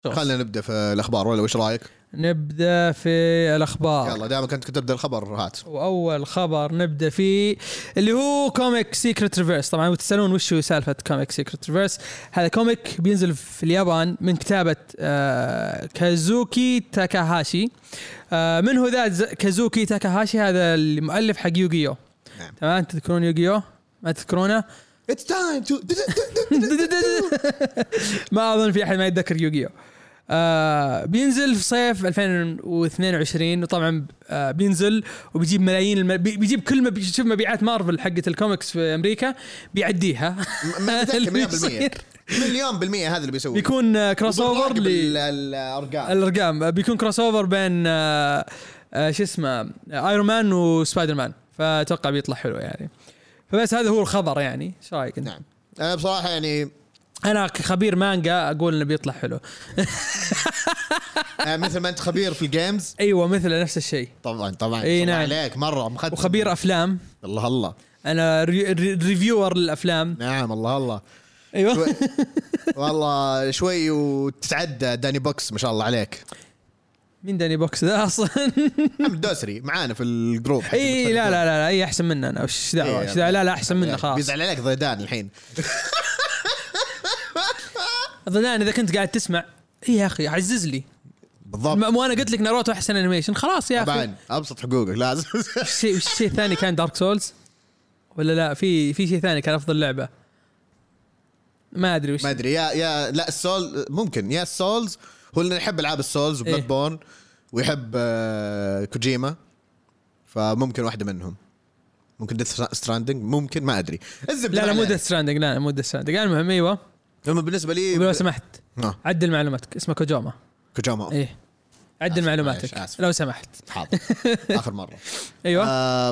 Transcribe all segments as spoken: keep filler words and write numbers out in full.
خلينا نبدأ في الأخبار ولا وش رأيك؟ نبدأ في الأخبار. يلا دائما كنت تبدأ الخبر هات. وأول خبر نبدأ فيه اللي هو كوميك سيكريت ريفيرس. طبعا وتسألون وش هو سالفة كوميك سيكريت ريفيرس. هذا كوميك بينزل في اليابان من كتابة آه كازوكي تاكاهاشي. آه من هو ذا كازوكي تاكاهاشي؟ هذا المؤلف حق يوغيو. نعم. تمام تذكرون يوغيو؟ ما تذكرونه؟ It's time to ما أظن في أحد ما يتذكر يوغيو. آه بينزل في صيف ألفين واثنين وعشرين وطبعا آه بينزل وبيجيب ملايين الم... بيجيب كل ما بيشوف مبيعات مارفل حقة الكوميكس في أمريكا بيعديها مليون بالمية مليون بالمية هذا اللي بيسوي. بيكون كروس اوفر للأرقام الأرقام بيكون كروس اوفر بين آه آه شو اسمه ايرون مان وسبايدر مان، فأتوقع بيطلع حلو يعني. فبس هذا هو الخبر يعني. ايش رايك؟ نعم أنا بصراحة يعني أنا كخبير مانجا أقول إنه بيطلع حلو. مثل ما أنت خبير في الجيمز. أيوة مثل نفس الشيء. طبعا طبعا. إيه نعم. عليك مرة مخدم. وخبير أفلام. الله الله. أنا ري ريفيور للأفلام. نعم الله الله. أيوة. شوي والله شوي وتتعدى داني بوكس ما شاء الله عليك. مين داني بوكس ده أصلا؟ محمد دوسري معانا في الجروب. إيه لا لا لا أي أحسن مننا أنا وش دعوة وش دعوة لا لا أحسن مننا خلاص. بيزعل عليك ضيدان الحين. ضيدان إذا كنت قاعد تسمع إيه يا أخي عزز لي. بالضبط. مو أنا قلت لك ناروتو أحسن أنيميشن خلاص يا أخي. طبعا أبسط حقوقك لازم. شيء شيء ثاني كان دارك سولز ولا لا في في شيء ثاني كان أفضل لعبة ما أدري وش. ما أدري يا يا لا السول ممكن يا السولز هو اللي يحب ألعاب السولز وبلاد إيه؟ بورن ويحب آه كوجيما فممكن واحدة منهم. ممكن ديث ستراندنج ممكن ما أدري. لا لا مو ديث ستراندنج لا مو ديث ستراندنج. المهم أيوة. لما بالنسبة لي لو سمحت آه. عدل معلوماتك اسمه كوجوما. كوجوما إيه عدل معلوماتك لو سمحت. حاضر. آخر مرة. أيوة.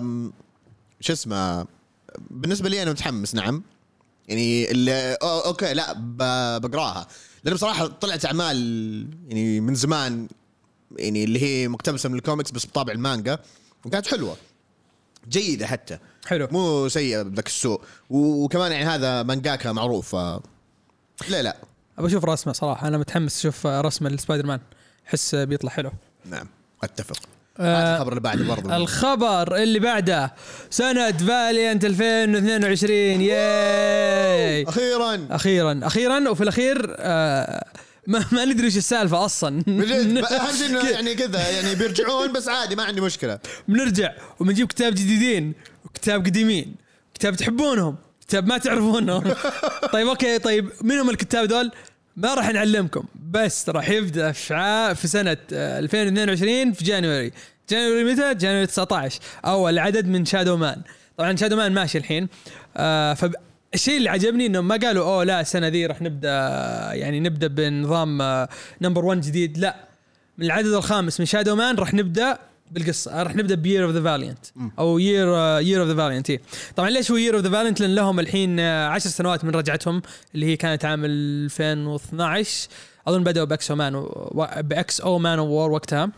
شو اسمه بالنسبة لي أنا متحمس نعم يعني اللي أوكي لا بقراها لأن بصراحة طلعت أعمال يعني من زمان يعني اللي هي مقتبسة من الكوميكس بس بطابع المانجا وكانت حلوة جيدة حتى حلو مو سيئة بذاك السوء وكمان يعني هذا مانجاكا معروف ف... لا لا أبى أشوف رسمه صراحة أنا متحمس أشوف رسمه لسبايدر مان حس بيطلع حلو. نعم أتفق. آه الخبر اللي بعده برضه الخبر اللي بعده سنة فاليانت ألفين واثنين وعشرين ياي أخيرا أخيرا أخيرا وفي الأخير آه ما ما ندري إيش السالفة أصلا. أهم شيء يعني كذا يعني بيرجعون بس عادي ما عندي مشكلة. بنرجع وبنجيب كتاب جديدين وكتاب قديمين كتاب تحبونهم كتاب ما تعرفونهم. طيب أوكي طيب منهم الكتاب دول ما راح نعلمكم بس راح يبدأ في في سنة ألفين واثنين وعشرين في جانوري. جانوري متى؟ جانوري تسعة عشر أول عدد من شادو مان. طبعا شادو مان ماشي الحين. آه فالشيء اللي عجبني إنه ما قالوا أوه لا السنة ذي راح نبدأ يعني نبدأ بنظام آه نمبر وان جديد لا من العدد الخامس من شادو مان راح نبدأ بالقصة راح نبدأ بيير اوف ذا فاليانت أو يير يير اوف ذا فاليانت. طبعا ليش هو يير اوف ذا فاليانت؟ لأن لهم الحين عشر سنوات من رجعتهم اللي هي كانت عام ألفين واثني عشر أظن بدأوا بأكس أو مان و... بأكس أو مان وور وقتها.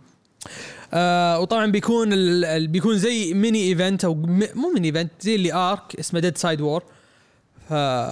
آه وطبعا بيكون ال... بيكون زي ميني إيفنت أو م... مو ميني إيفنت زي اللي آرك اسمه ديد سايد وور. ف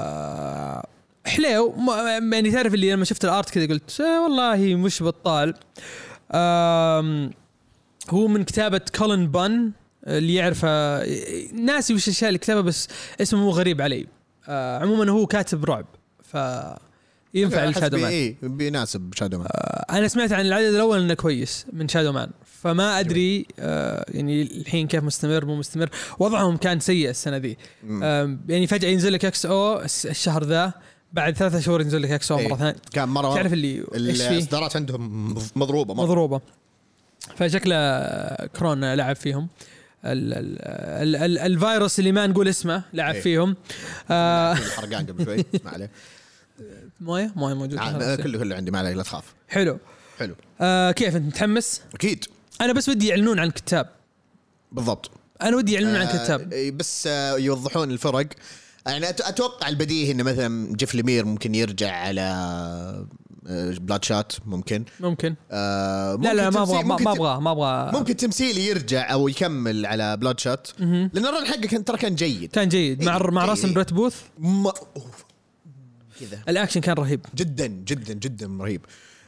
حلو يعني تعرف اللي لما شفت الآرت كذا قلت والله مش بطال. آه هو من كتابة كولين بان اللي يعرف ناسي وش الأشياء اللي كتبها بس اسمه مو غريب علي. آه عموما هو كاتب رعب فينفع لشادو مان. إيه بيناسب شادو مان. آه أنا سمعت عن العدد الأول إنه كويس من شادو مان فما أدري آه يعني الحين كيف مستمر مو مستمر. وضعهم كان سيء السنة ذي. آه يعني فجأة ينزل لك اكس او الشهر ذا بعد ثلاثة شهور ينزل لك اكس او مرة ثانية. كان مرة تعرف اللي الإصدارات عندهم مضروبة مرة. مضروبة فشكله كورونا لعب فيهم. ال ال ال ال الفيروس اللي ما نقول اسمه لعب فيهم. الحرقان قبل شوي ما عليه. مويه مويه موجود كله كله عندي ما عليه لا تخاف. حلو حلو. آه كيف انت متحمس؟ اكيد. انا بس ودي يعلنون عن كتاب. بالضبط انا ودي يعلنون آه عن كتاب بس آه يوضحون الفرق. يعني اتوقع البديهي انه مثلا جيف ليمير ممكن يرجع على بلاد شات ممكن ممكن, آه ممكن لا لا ما ابغى ما ابغى ما ابغى ممكن تمثيلي يرجع او يكمل على بلاد شات لان الرن حقه كان ترى كان جيد كان جيد مع مع رسم بريت بوث ما... كذا الاكشن كان رهيب جدا جدا جدا رهيب.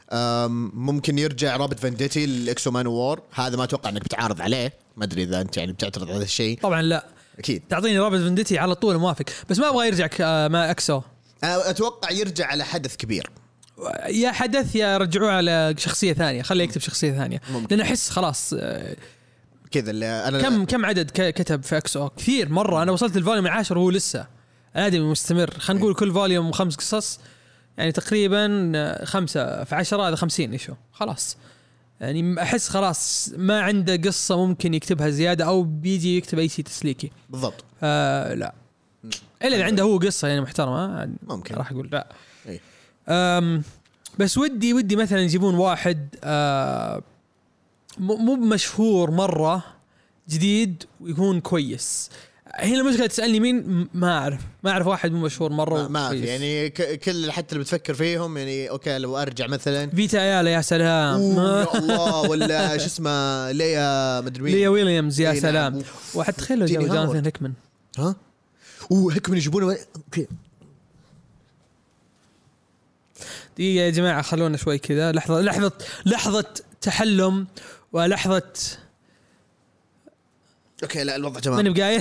ممكن يرجع رابط فانديتي الاكسو مان وور، هذا ما اتوقع انك بتعارض عليه، ما ادري اذا انت يعني بتعترض على هذا الشيء. طبعا لا اكيد تعطيني رابط فانديتي على طول موافق، بس ما ابغى يرجع مع اكسو. انا اتوقع يرجع على حدث كبير، يا حدث يا رجعوه على شخصيه ثانيه، خليه يكتب شخصيه ثانيه ممكن. لان احس خلاص كذا. انا كم كم عدد كتب في اكسو كثير مره، انا وصلت الفوليوم العاشر وهو لسه ادمي مستمر. خلينا نقول كل فوليوم خمس قصص، يعني تقريبا خمسة في عشرة هذا خمسين إيشو خلاص. يعني أحس خلاص ما عنده قصة ممكن يكتبها زيادة، أو بيجي يكتب أي شيء تسليكي بالضبط. آه لا إلا إذا عنده هو قصة يعني محترمة ممكن راح أقول لا. أي. أم بس ودي ودي مثلا يجيبون واحد آه مو مشهور مرة جديد ويكون كويس. هنا المشكلة تسألني مين، ما أعرف ما أعرف واحد مو مشهور مرة ما في يعني ك- كل حتى اللي بتفكر فيهم يعني أوكي لو أرجع مثلا فيتا يالا يا سلام يا الله، ولا شو اسمه ليا مدري مين ليا ويليامز يا نعم. سلام. وحتى تخيلوا جابوا جوناثان هيكمان، ها اوه هيكمان يجيبونه. اوكي دقيقة يا جماعة خلونا شوي كذا لحظة لحظة لحظة تحلم ولحظة. اوكي لا الوضع تمام ماني بقايل.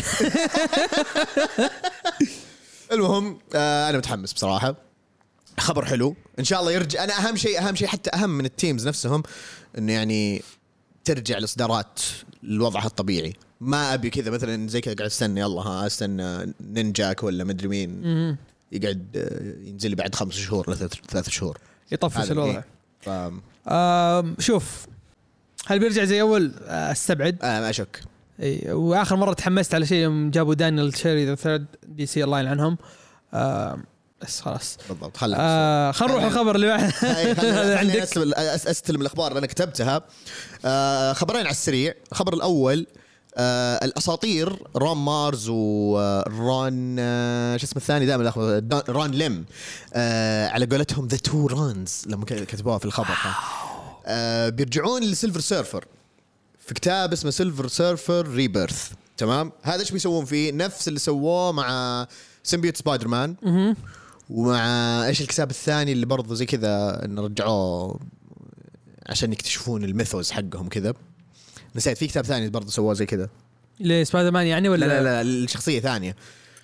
المهم آه انا متحمس بصراحه، خبر حلو ان شاء الله يرجع. انا اهم شيء اهم شيء حتى اهم من التيمز نفسهم انه يعني ترجع الاصدارات لوضعها الطبيعي. ما ابي كذا مثلا زي كذا قاعد استنى يلا ها استنى نينجاك ولا مدري مين يقعد ينزل بعد خمس شهور ولا ثلاث شهور يطفش الوضع. ف... آه شوف هل بيرجع زي اول؟ استبعد. انا ما اشك. اي واخر مره تحمست على شيء يوم جابوا دانيال شيري ذا ثيرد دي سي الله يلعنهم. آه بس خلاص بالضبط. خلينا آه خل نروح الخبر اللي بعد. عندك استلم, استلم الاخبار اللي انا كتبتها. آه خبرين على السريع. الخبر الاول آه الاساطير رون مارز ورون آه شو اسمه الثاني دائما الاخبار رون ليم آه على قولتهم ذا تو رونز لما كتبوها في الخبر آه بيرجعون لسيلفر سيرفر في كتاب اسمه سيلفر سيرفر ريبيرث. تمام. هذا ايش بيسوون فيه؟ نفس اللي سووه مع سيمبيوت سبايدر مان ومع ايش الكتاب الثاني اللي برضه زي كذا انه رجعوه عشان يكتشفون الميثوز حقهم كذا. نسيت في كتاب ثاني برضه سووه زي كذا لسبايدر مان يعني ولا لا لا, لا الشخصيه ثانيه.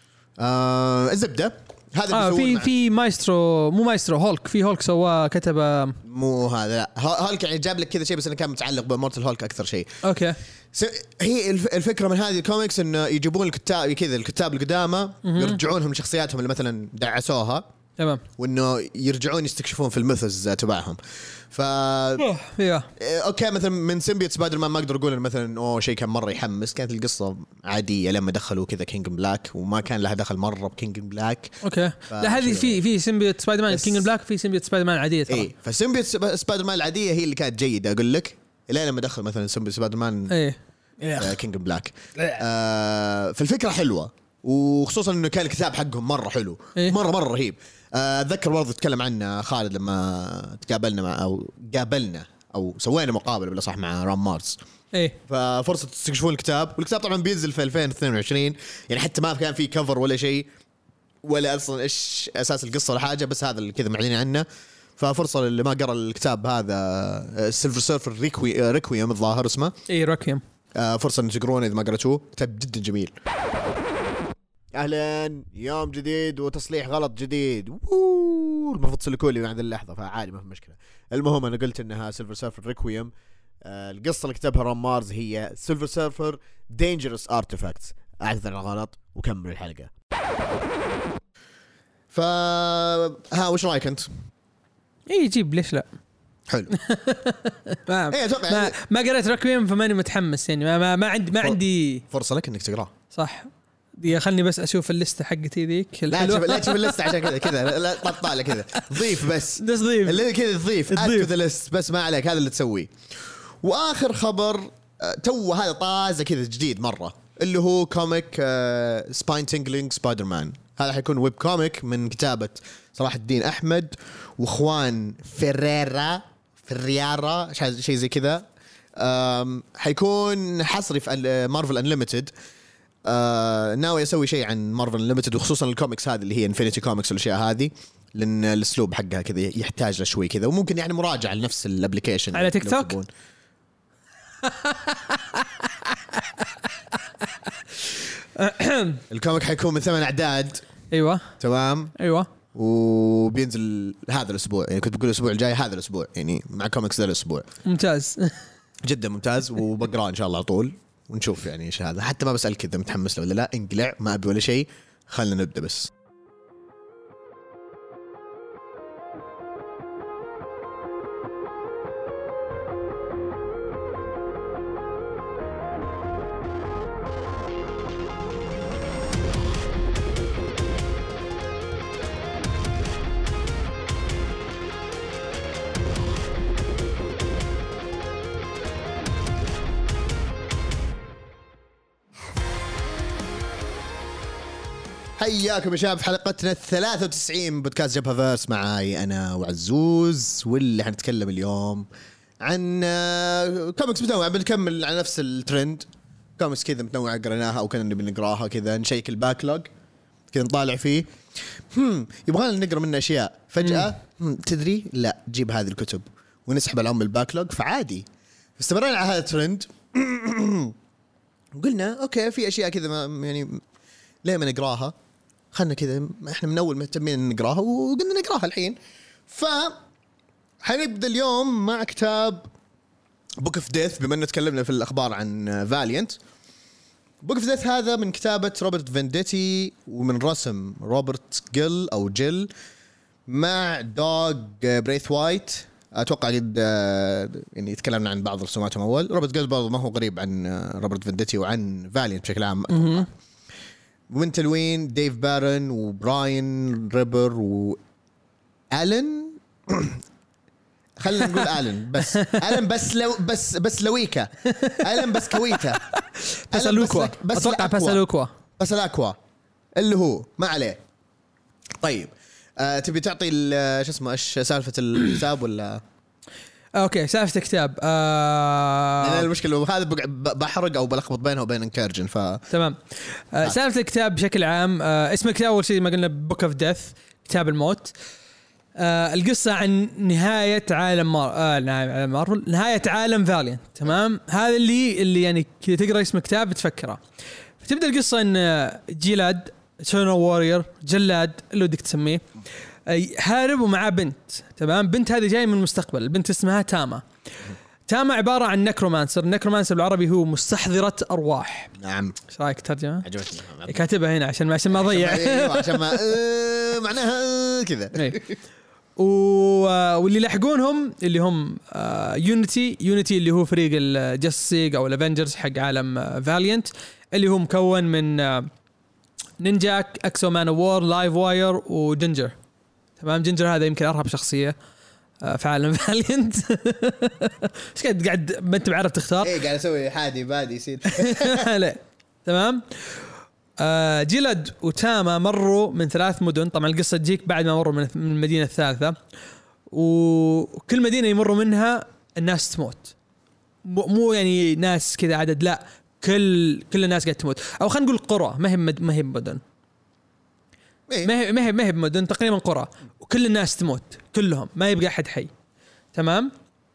آه الزبده هذا آه في في مايسترو مو مايسترو هولك في هولك سواه كتب مو هذا لا هولك يعني جاب لك كذا شيء بس انه كان متعلق بمورتال هولك اكثر شيء. اوكي هي الفكره من هذه الكوميكس انه يجيبون الكتاب كذا الكتاب القدامى يرجعونهم لشخصياتهم اللي مثلا دعسوها تمام وانه يرجعون يستكشفون في الميثوز تبعهم. ف ايوه اوكي مثلا من سيمبيوت سبايدر مان ما اقدر اقول مثلا اوه شيء كان مره يحمس. كانت القصه عاديه لما دخلوا كذا كينج بلاك وما كان لها دخل مره بكينج بلاك. اوكي لا هذه في في سيمبيوت سبايدر مان كينج بلاك في سيمبيوت سبايدر مان العاديه ترى. اي فسيمبيوت سبايدر مان العاديه هي اللي كانت جيده اقول لك الى لما دخل مثلا سيمبيوت سبايدر مان ايه كينج بلاك. آه فالفكره حلوه وخصوصا انه كان الكتاب حقهم مره حلو إيه؟ مره مره رهيب. اتذكر برضه اتكلم عنه خالد لما تقابلنا مع او قابلنا او سوينا مقابله بلا صح مع رام مارس. ايه ففرصه تستكشفون الكتاب والكتاب طبعا بينزل في ألفين واثنين وعشرين يعني حتى ما كان في كفر ولا شيء ولا اصلا ايش اساس القصه ولا حاجه بس هذا اللي كذا معلنين عنه. ففرصه اللي ما قرأ الكتاب هذا سيلفر سيرفر ريكوي ريكويم الظاهر اسمه ايه ريكويم فرصه ان تقرونه اذا ما قرأتوه. كتاب جدا جميل. اهلا يوم جديد وتصليح غلط جديد المفروض تسلكوا لي بعد اللحظه فعادي ما في مشكله. المهم انا قلت انها سيلفر سيرفر ريكويم. آه القصه اللي كتبها رام مارز هي سيلفر سيرفر دينجرس ارتيفاكتس. اعتذر عن الغلط وكمل الحلقه. ف ها وش رايك انت؟ اي جيب ليش لا حلو. ما إيه أتوقع ما, يعني ما قريت ريكويم فماني متحمس يعني ما ما, ما عندي ما عندي فرصه لك انك تقراه صح. دي خلني بس اشوف الليسته حقتي ذيك لا تشوف لا تشوف الليسته عشان كذا كذا لا طالع كذا ضيف بس بس ضيف اللي كذا تضيف اد تو ذا ليست بس ما عليك هذا اللي تسويه. واخر خبر تو هذا طازه كذا جديد مره اللي هو كوميك سباين تينجلينج سبايدر مان. هذا حيكون ويب كوميك من كتابه صلاح الدين احمد واخوان فيريرا فريارا شيء زي كذا. حيكون حصري في مارفل انليمتد. آه ناوي اسوي شيء عن مارفل انليمتد وخصوصا الكوميكس هذه اللي هي انفينيتي كوميكس والاشياء هذه لان الاسلوب حقها كذا يحتاج له شوي كذا، وممكن يعني مراجعه لنفس الابلكيشن على تيك توك. الكوميك حيكون من ثمان اعداد. ايوه تمام. ايوه وبينزل هذا الاسبوع، يعني كنت بقول الاسبوع الجاي، هذا الاسبوع يعني مع كوميكس ذا الاسبوع. ممتاز. جدا ممتاز. وبقراه ان شاء الله على طول ونشوف يعني ايش هذا. حتى ما بسألك اذا متحمس له ولا لا، انقلع ما ابي ولا شيء، خلينا نبدا بس. حياكم يا شباب في حلقتنا الثلاثة وتسعين بودكاست جبهة فيرس، معاي أنا وعزوز، واللي حنتكلم اليوم عن كوميكس متنوعة. بنكمل على نفس الترند، كوميكس كذا متنوعة قريناها أو كنا نبي نقراها كذا، نشيك الباكلوج كذا نطالع فيه. هم يبغانا نقرأ منه أشياء فجأة تدري لا جيب هذه الكتب ونسحب العم الباكلوج. فعادي استمرنا على هذا الترند وقلنا أوكي في أشياء كذا يعني ليه ما نقراها، خلنا كذا احنا من اول مهتمين نقراها وقلنا نقراها الحين. ف حنبدا اليوم مع كتاب بوك اوف ديث، بما ان تكلمنا في الاخبار عن فاليانت. بوك اوف ديث هذا من كتابه روبرت فينديتي ومن رسم روبرت جيل او جيل مع دوغ بريث وايت. اتوقع قد يعني تكلمنا عن بعض رسوماتهم اول. روبرت جيل برضه ما هو غريب عن روبرت فينديتي وعن فاليانت بشكل عام. ومن تلوين ديف بارن وبراين ريبر وآلن. خلينا نقول آلن بس آلن بس لو بس بس لويكا آلن بس كويتا باسالوكوا. أتوقع باسالوكوا باسالاكوا اللي هو ما عليه. طيب آه تبي تعطي شو اسمه ايش سالفة الكتاب ولا؟ اوكي سالفة الكتاب. آه... المشكلة هذا بحرق او بلخبط بينها وبين انكارجن. ف تمام. آه سالفة الكتاب بشكل عام. آه اسم الكتاب اول شيء ما قلنا بوك اوف ديث، كتاب الموت. آه القصة عن نهاية عالم مار... آه نهاية مارفل، نهاية عالم فاليانت. تمام. هذا اللي اللي يعني تقرا اسم الكتاب بتفكره. فتبدا القصة ان جيلاد سونو وورير جلاد اللي بدك تسميه هارب ومعاه بنت. تمام. بنت هذه جايه من المستقبل. البنت اسمها تاما. تاما عباره عن نكرومانسر. نكرومانسر بالعربي هو مستحضره ارواح. نعم. ايش رايك ترجمه؟ عجبتني. كاتبها هنا عشان ما عشان ما اضيع. ايوه عشان ما آه معناها كذا. واللي يلحقونهم اللي هم يونيتي. يونيتي اللي هو فريق الجاستيك او الافنجرز حق عالم فاليانت، اللي هو مكون من نينجاك، اكسو مان وور، لايف واير وجينجر. تمام. جينجر هذا يمكن أرهب شخصية في عالم فاليانت. ايش قاعد قاعد ما انت بعرف تختار؟ ايه قاعد اسوي حادي بادي يصير. لا. تمام. آه جيلاد وتاما مروا من ثلاث مدن. طبعا القصة تجيك بعد ما مروا من المدينة الثالثة، وكل مدينة يمروا منها الناس تموت. مو يعني ناس كذا عدد، لا كل كل الناس قاعد تموت. او خلينا نقول قرى، ما هي ما هي مدن، ما هي ما هي ما هي بمدن، تقريبا قرى، وكل الناس تموت كلهم، ما يبقى أحد حي. تمام.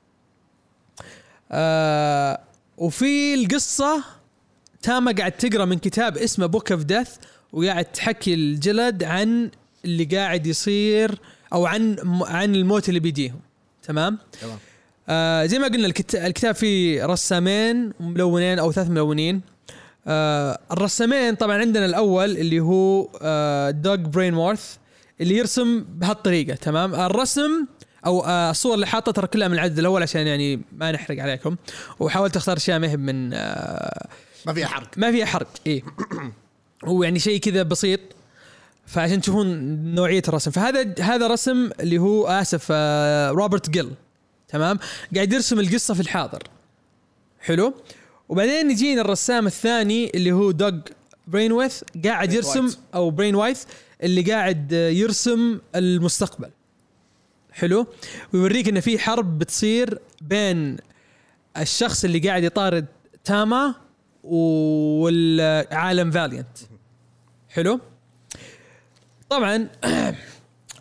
آه وفي القصة تاما قاعد تقرأ من كتاب اسمه بوك اوف ديث، وقاعد تحكي الجلد عن اللي قاعد يصير او عن عن الموت اللي بيجيهم. تمام. تمام. آه زي ما قلنا الكتاب فيه رسامين ملونين او ثلاث ملونين. آه الرسامين طبعا عندنا الأول اللي هو آه دوغ برينورث اللي يرسم بهالطريقة. تمام. الرسم أو آه الصور اللي حاطة ترى كلها من العدد الأول عشان يعني ما نحرق عليكم، وحاولت أختار أشياء ما هي من آه ما فيها حرق ما فيها حرق إيه هو يعني شيء كذا بسيط، فعشان تشوفون نوعية الرسم. فهذا هذا رسم اللي هو آسف آه روبرت جيل. تمام. قاعد يرسم القصة في الحاضر. حلو. وبعدين يجينا الرسام الثاني اللي هو دوغ برينويث قاعد يرسم او برين وايث اللي قاعد يرسم المستقبل. حلو. ويوريك ان في حرب بتصير بين الشخص اللي قاعد يطارد تاما والعالم فاليانت. حلو. طبعا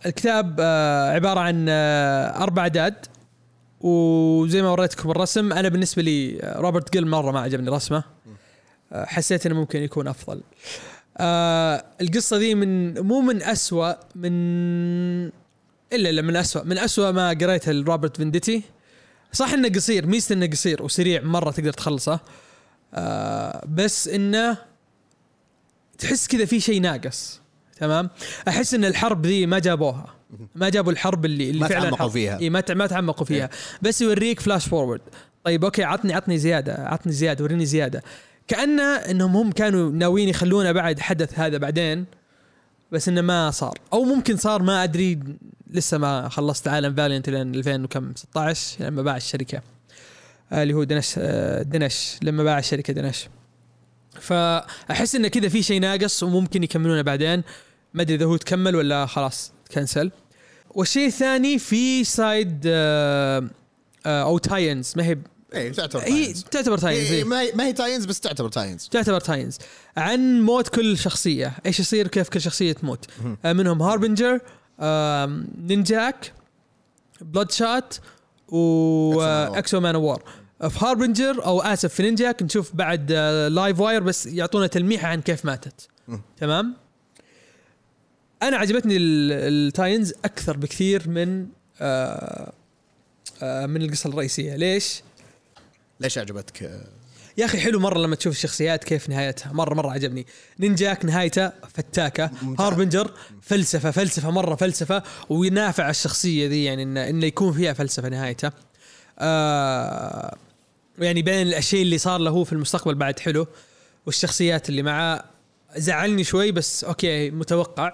الكتاب آه عباره عن آه اربع اعداد، وزي ما وريتكم الرسم، انا بالنسبه لي آه روبرت جيل مره ما عجبني رسمه، آه حسيت انه ممكن يكون افضل. آه القصه دي من مو من أسوأ من الا الا من أسوأ من أسوأ ما قريته لروبرت فينديتي. صح انه قصير، ميزته انه قصير وسريع مره تقدر تخلصه، آه بس انه تحس كذا في شيء ناقص. تمام، احس ان الحرب ذي ما جابوها، ما جابوا الحرب اللي, اللي ما فعلا تعمقوا فيها. إيه ما ما تعمقوا فيها، بس يوريك فلاش فورورد. طيب اوكي، عطني عطني زياده، عطني زياده، وريني زياده، كأنه انهم هم كانوا ناويين يخلونا بعد حدث هذا بعدين، بس انه ما صار، او ممكن صار ما ادري، لسه ما خلصت عالم فاليانت لين ألفين وستة عشر لما باع الشركه اللي هو دنش دنش لما باع الشركه دنش. فاحس انه كذا في شيء ناقص وممكن يكملونه بعدين، ما ادري اذا هو تكمل ولا خلاص كنسل. والشيء الثاني في سايد او تاينز، ما هي اي تعتبر هي تاينز. تعتبر تاينز إيه ما هي ما هي تاينز بس تعتبر تاينز تعتبر تاينز عن موت كل شخصيه، ايش يصير، كيف كل شخصيه تموت. منهم هاربنجر، نينجاك، بلود شات، واكسو مان وور. في هاربنجر او اسف في نينجاك نشوف بعد لايف واير بس يعطونا تلميحه عن كيف ماتت. م. تمام، انا عجبتني التاينز اكثر بكثير من آآ آآ من القصه الرئيسيه. ليش ليش عجبتك يا اخي؟ حلو مره لما تشوف الشخصيات كيف نهايتها، مره مره عجبني. نينجاك نهايته فتاكه، هاربنجر فلسفه فلسفه مره فلسفه، وينافع الشخصيه ذي يعني انه إن يكون فيها فلسفه نهايته. آه يعني بين الاشياء اللي صار له في المستقبل بعد حلو، والشخصيات اللي معاه زعلني شوي بس اوكي متوقع.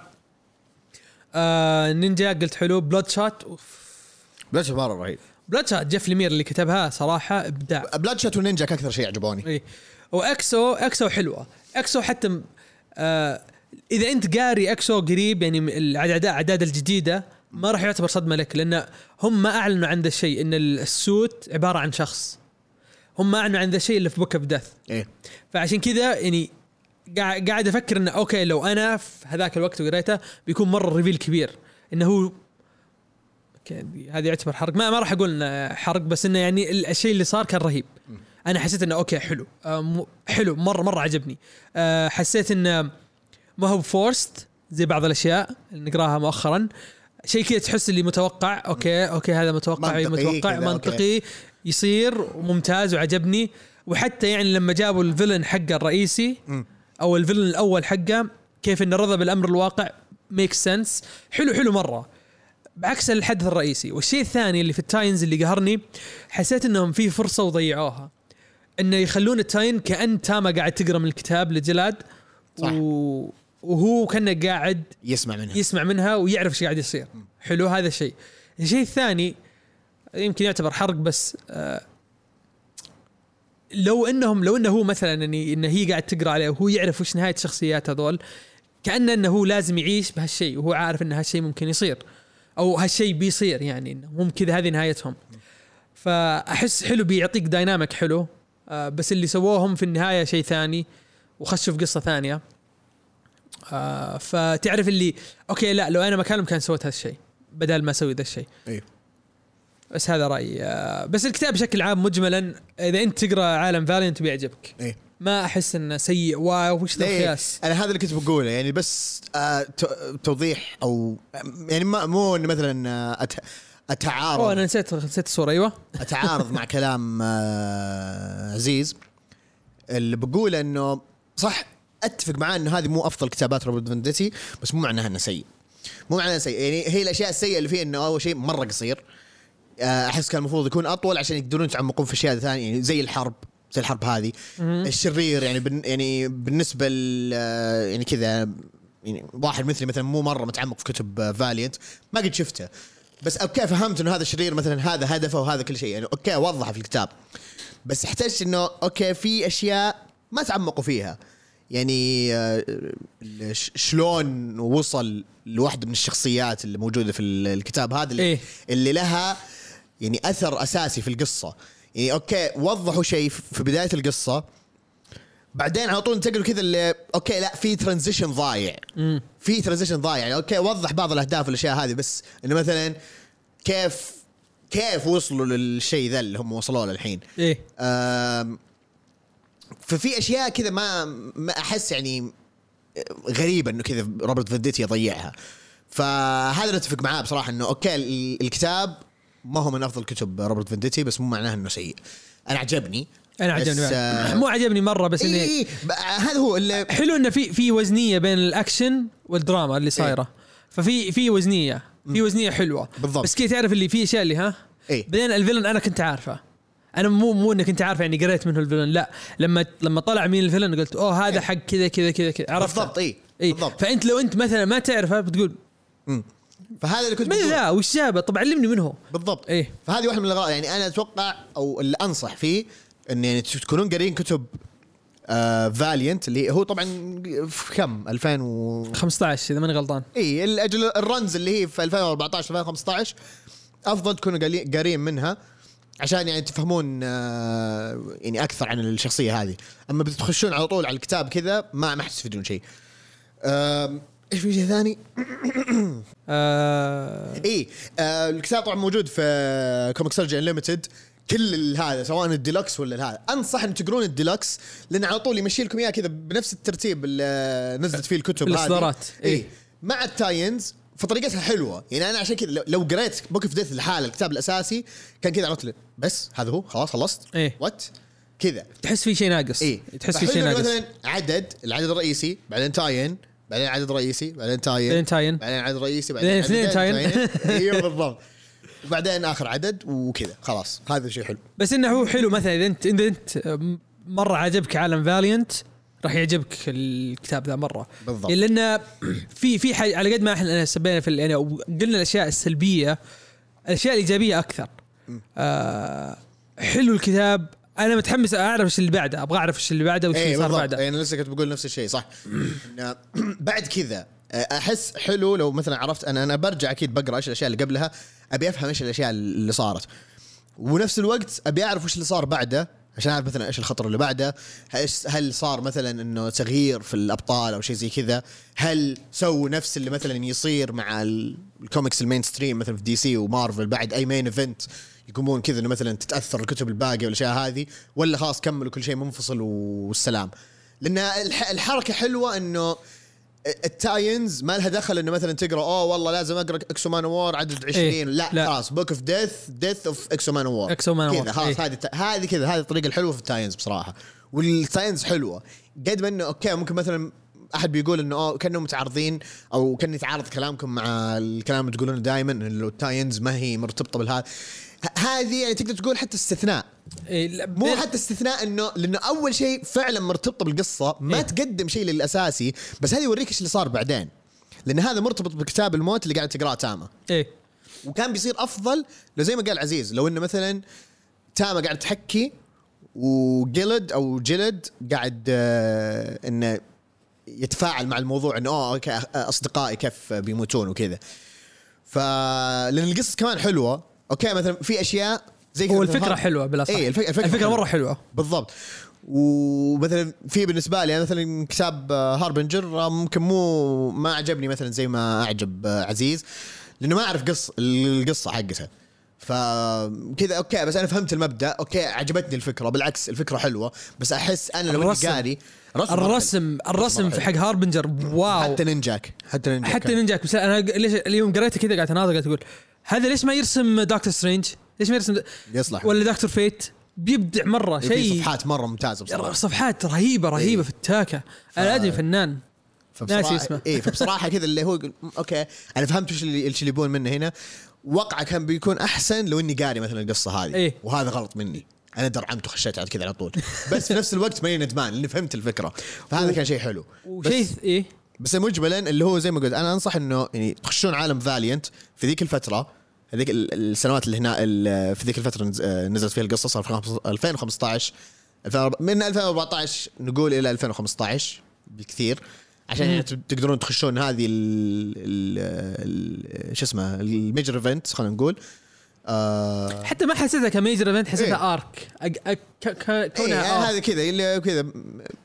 آه نينجا قلت حلو. بلود شات بلاد شات مره رهيب. بلاد شات جيف ليمير اللي كتبها صراحه ابداع. بلاد شات ونينجا اكثر شيء عجبوني. اي واكسو اكسو حلوه. اكسو حتى آه اذا انت قاري اكسو قريب يعني الاعداد الاعداد الجديده ما راح يعتبر صدمه لك، لان هم ما اعلنوا عن ذا الشيء ان السوت عباره عن شخص، هم ما اعلنوا عن ذا الشيء اللي في بوك اوف ديث. ايه فعشان كذا يعني قاعد افكر انه اوكي لو انا في هذاك الوقت وقريته بيكون مره ريفيل كبير انه هو هذا يعتبر حرق. ما ما راح اقول حرق، بس انه يعني الشيء اللي صار كان رهيب. انا حسيت انه اوكي حلو، آه حلو مره مره عجبني. آه حسيت انه ما هو فورست زي بعض الاشياء اللي نقراها مؤخرا، شيء كذا تحس اللي متوقع. اوكي اوكي هذا متوقع منطقي متوقع منطقي أوكي. يصير ممتاز وعجبني. وحتى يعني لما جابوا الفيلن حقه الرئيسي م. او الفيلن الاول حقه كيف انه رضى بالامر الواقع ميك سنس. حلو حلو مره بعكس الحدث الرئيسي. والشيء الثاني اللي في التاينز اللي قهرني، حسيت انهم في فرصه وضيعوها، انه يخلون التاين كأن تاما قاعد تقرا من الكتاب لجلاد و... وهو كان قاعد يسمع منها يسمع منها ويعرف ايش قاعد يصير. م. حلو هذا الشيء. الشيء الثاني يمكن يعتبر حرق، بس آه لو انهم لو انه هو مثلا اني انه هي قاعد تقرا عليه وهو يعرف وش نهايه الشخصيات هذول، كأن انه هو لازم يعيش بهالشيء وهو عارف ان هالشيء ممكن يصير او هالشيء بيصير، يعني هم كذا هذه نهايتهم. فاحس حلو بيعطيك دايناميك حلو، آه بس اللي سووهم في النهايه شيء ثاني وخشوا في قصه ثانيه. آه فتعرف اللي اوكي لا لو انا مكانهم كان سويت هالشيء بدل ما اسوي ذا الشيء. ايوه بس هذا رايي. آه بس الكتاب بشكل عام مجملا اذا انت تقرا عالم فاليانت بيعجبك. ايه ما احس انه سيء واو وش ذا القياس. انا هذا اللي كنت بقوله يعني، بس آه توضيح او يعني ما مو مثلا أت اتعارض. اوه انا نسيت نسيت الصوره. ايوه اتعارض مع كلام آه عزيز اللي بقول انه صح. اتفق معاه انه هذه مو افضل كتابات روبرت فينديتي، بس مو معناها انه سيء. مو معناها سيء يعني. هي الاشياء السيئه اللي فيه انه اول شيء مره قصير. احس كان المفروض يكون اطول عشان يقدرون يتعمقون في اشياء ثانيه، يعني زي الحرب زي الحرب هذه. الشرير يعني بن يعني بالنسبه يعني كذا يعني واحد مثلي مثلا مو مره متعمق في كتب فاليانت ما قد شفته، بس اوكي فهمت انه هذا الشرير مثلا هذا هدفه وهذا كل شيء يعني اوكي وضحه في الكتاب. بس احتاج انه اوكي في اشياء ما تعمقوا فيها، يعني شلون وصل لواحدة من الشخصيات اللي موجودة في الكتاب هذا اللي, إيه؟ اللي لها يعني أثر أساسي في القصة. يعني أوكي وضحوا شيء في بداية القصة بعدين على طول انتقلوا كذا اللي اوكي لا في ترانزيشن ضايع في ترانزيشن ضايع يعني اوكي وضح بعض الاهداف والاشياء هذه بس انه مثلا كيف كيف وصلوا للشيء ذا اللي هم وصلوا له الحين ايه ففي اشياء كذا ما ما احس يعني غريبه انه كذا روبرت فينديتي يضيعها فهذا نتفق معاه بصراحه انه اوكي الكتاب ما هو من افضل كتب روبرت فينديتي بس مو معناه انه سيء انا عجبني انا عجبني آه مو عجبني مره بس اني إيه هذا هو اللي حلو انه في في وزنيه بين الاكشن والدراما اللي صايره إيه ففي في وزنيه في وزنيه حلوه بالضبط. بس كي تعرف اللي في اشياء اللي ها إيه؟ بعدين الفيلن انا كنت عارفه انا مو مو انك كنت عارف يعني قريت منه الفيلن لا لما لما طلع مين الفيلن قلت اوه هذا إيه؟ حق كذا كذا كذا كذا عرفت بالضبط اي إيه؟ بالضبط. فانت لو انت مثلا ما تعرفه بتقول امم فهذا اللي كنت من ذا وش جابه طب علمني منه بالضبط ايه فهذه واحده من الاغراض يعني انا اتوقع او اللي انصح فيه ان يعني تكونون قارين كتب آه فاليانت اللي هو طبعا في كم ألفين وخمسة عشر اذا ماني غلطان اي الاجل الرنز اللي هي في ألفين وأربعة عشر ألفين وخمسة عشر افضل تكونوا قارين منها عشان يعني تفهمون آه يعني اكثر عن الشخصيه هذه اما بتخشون على طول على الكتاب كذا ما ما حتستفيدون شيء آه ايش في شيء ثاني آه اي آه الكتاب طبعا موجود في كوميك سيرجي انليمتد كل هذا سواء الديلوكس ولا هذا انصح ان تقرون الديلوكس لان على طول يمشي لكم اياه كذا بنفس الترتيب اللي نزلت فيه الكتب هذه الاصدارات اي مع التاينز فطريقتها حلوه يعني انا عشان كذا لو قريت بوك اوف ديث لحاله الكتاب الاساسي كان كذا عرفت بس هذا هو خلاص خلصت إيه؟ وات كذا تحس في شيء ناقص إيه؟ تحس في شيء ناقص مثلا عدد العدد الرئيسي بعدين تاين بعدين عدد رئيسي بعدين تاين بعدين تاين بعدين عدد رئيسي بعدين اثنين تاين ايوه بالضبط وبعدين اخر عدد وكذا خلاص هذا شيء حلو بس انه هو حلو مثلا اذا انت اذا انت مره عجبك عالم فاليانت راح يعجبك الكتاب ذا مره بالضبط لان في في حاجه على قد ما احنا سبينا في يعني قلنا الاشياء السلبيه الاشياء الايجابيه اكثر آه حلو الكتاب انا متحمس اعرف ايش اللي بعده ابغى اعرف ايش اللي بعده وش اللي صار بعده انا يعني لسه كنت بقول نفس الشيء صح إن بعد كذا احس حلو لو مثلا عرفت انا انا برجع اكيد بقرا ايش الاشياء اللي قبلها ابي افهم ايش الاشياء اللي صارت ونفس الوقت ابي اعرف وش اللي صار بعده عشان اعرف مثلا ايش الخطر اللي بعده هل صار مثلا انه تغيير في الابطال او شيء زي كذا هل سووا نفس اللي مثلا يصير مع الكوميكس المين ستريم مثلا في دي سي ومارفل بعد اي مين ايفنت يقومون كذا انه مثلا تتاثر الكتب الباقيه والاشياء هذه ولا خلاص كملوا كل شيء منفصل والسلام لان الحركه حلوه انه التاينز ما لها دخل انه مثلا تقرا اوه والله لازم اقرا اكسو مان وور عدد عشرين إيه؟ لا, لا خلاص بوك اوف ديث ديث اوف اكسو مان وور كذا خلاص هذه إيه؟ هذه كذا هذه الطريقه الحلوه في التاينز بصراحه والتاينز حلوه قد ما انه اوكي ممكن مثلا احد بيقول انه اوه كانوا متعارضين او كان يتعارض كلامكم مع الكلام اللي تقولونه دائما انه التاينز ما هي مرتبطه بالهذا هذه يعني تقدر تقول حتى استثناء إيه مو حتى استثناء انه لانه اول شيء فعلا مرتبطه بالقصه ما إيه؟ تقدم شيء للاساسي بس هذه يوريك ايش اللي صار بعدين لان هذا مرتبط بكتاب الموت اللي قاعد تقراه تاما ايه وكان بيصير افضل لو زي ما قال عزيز لو انه مثلا تاما قاعد تحكي وجلد او جلد قاعد آه انه يتفاعل مع الموضوع انه اه اصدقائي كيف بيموتون وكذا فلان القصه كمان حلوه اوكي مثلا في اشياء زي هو الفكره حلوه بلا صح إيه الفكره, الفكرة, الفكرة مره حلوه بالضبط ومثلا في بالنسبه لي مثلا كتاب هاربنجر ممكن مو ما عجبني مثلا زي ما اعجب عزيز لانه ما اعرف قص القصه حقتها فكذا اوكي بس انا فهمت المبدا اوكي عجبتني الفكره بالعكس الفكره حلوه بس احس انا لو قاري الرسم الرسم, الرسم في حق هاربنجر واو حتى نينجاك حتى نينجاك حتى نينجاك بس انا ليش اليوم قريته كذا قاعد اناظر قاعد اقول هذا ليش ما يرسم دكتور سترينج ليش ما يرسم يصلح ولا دكتور فيت بيبدع مره شيء صفحات مره ممتازه بصراحه صفحات رهيبه رهيبه إيه. في التاكه ف... انا ادري فنان ناسي اسمه ايه فبصراحه كذا اللي هو اوكي انا فهمت ايش اللي ايش اللي يبون منه هنا وقع كان بيكون احسن لو اني قاري مثلا القصه هذه إيه؟ وهذا غلط مني انا درعمت وخشيت على كذا على طول بس في نفس الوقت ماني ندمان لاني فهمت الفكره فهذا و... كان شيء حلو وشيء ايه بس مجملا اللي هو زي ما قلت انا انصح انه يعني تخشون عالم فاليانت في ذيك الفتره هذيك السنوات اللي هنا في ذيك الفتره نزلت فيها القصه صار ألفين وخمسة عشر من ألفين وأربعة عشر نقول الى ألفين وخمسة عشر بكثير عشان يعني تقدرون تخشون هذه ال شو اسمه الميجر ايفنت خلينا نقول آه حتى ما حسيتها كميجر ايفنت حسيتها إيه؟ ارك كونها إيه هذا كذا اللي كذا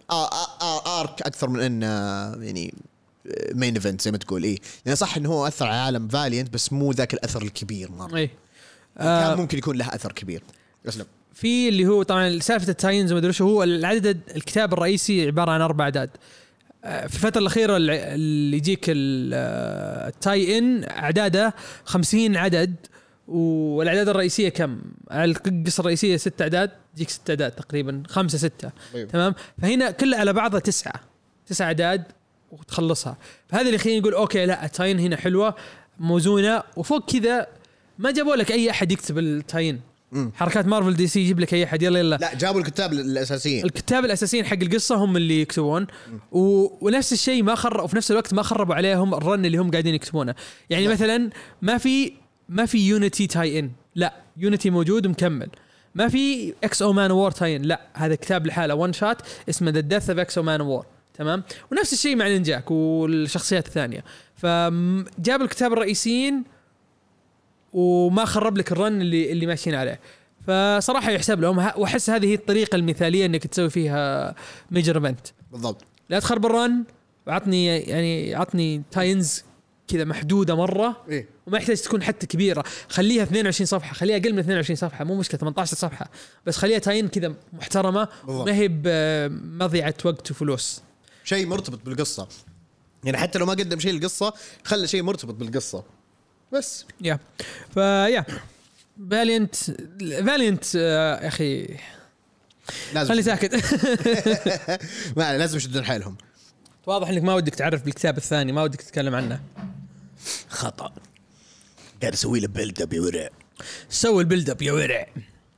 ارك اكثر من انه يعني مين ايفنت زي ما تقول. ايه يعني صح انه هو اثر على عالم فاليانت بس مو ذاك الاثر الكبير مره. ايه آه كان ممكن يكون له اثر كبير. اسلم. في اللي هو طبعا سالفه التاينز وما ادري شو هو العدد. الكتاب الرئيسي عباره عن اربع اعداد. في الفتره الاخيره اللي يجيك التاي ان اعداده خمسين عدد والاعداد الرئيسيه كم؟ القصه الرئيسيه ست اعداد تجيك ست اعداد تقريبا خمسة ستة. أيوه. تمام. فهنا كلها على بعضها تسعة تسعة اعداد وتخلصها. فهذا اللي يخليني نقول اوكي لا التاين هنا حلوه موزونه. وفوق كذا ما جابوا لك اي احد يكتب التاين. مم. حركات مارفل دي سي يجيب لك اي احد يلا يلا لا جابوا الكتاب الاساسيين. الكتاب الاساسيين حق القصه هم اللي يكتبون و... ونفس الشيء ما خرب وفي نفس الوقت ما خربوا عليهم الرن اللي هم قاعدين يكتبونه. يعني لا. مثلا ما في ما في يونيتي تاي ان لا يونيتي موجود ومكمل. ما في اكس او مان وور تاي ان لا هذا كتاب لحاله وان شات اسمه ذا ديث اوف اكس او مان وور. تمام. ونفس الشيء مع نينجاك والشخصيات الثانيه. فجاب الكتاب الرئيسيين وما خرب لك الرن اللي اللي ماشيين عليه. فصراحه يحسب لهم. واحس هذه هي الطريقه المثاليه انك تسوي فيها ميجر ايفنت بالضبط. لا تخرب الرن وعطني يعني عطني تاينز كذا محدوده مره. إيه؟ وما يحتاج تكون حتى كبيره. خليها اثنين وعشرين صفحه خليها اقل من اثنين وعشرين صفحه مو مشكله ثمانية عشر صفحه بس خليها تاين كذا محترمه ما هي بمضيعه وقت وفلوس. شيء مرتبط بالقصه يعني حتى لو ما قدم شيء القصه خلى شيء مرتبط بالقصه بس. يا فيا فاليانت فاليانت يا اخي خلي ساكت. ما لازم يشدون حيلهم. واضح انك ما ودك تعرف بالكتاب الثاني ما ودك تتكلم عنه. خطأ. قاعد اسوي له بيلد اب يا ورع. سوي البيلد اب يا ورع.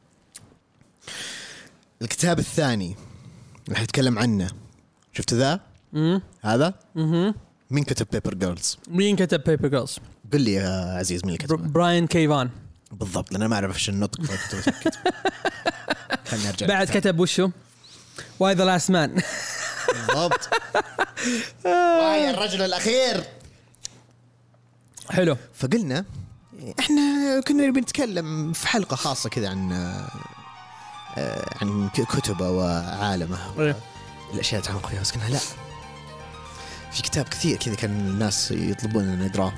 الكتاب الثاني راح اتكلم عنه. شفت ذا؟ امم هذا؟ اها مين كتب بيبر جيرلز؟ مين كتب بيبر جيرلز؟ قل لي يا عزيز مين اللي كتبه؟ براين كيفان. بالضبط لأن أنا ما أعرف إيش النطق فكنت متأكد. خلني أرجع. بعد كتب وشو؟ واي ذا لاست مان. بالضبط. واي الرجل الأخير. حلو. فقلنا إحنا كنا نبي نتكلم في حلقة خاصة كذا عن عن كتبه وعالمه الأشياء تعمق فيها. بس قلنا لا في كتاب كثير كذا كان الناس يطلبون أن نقراه.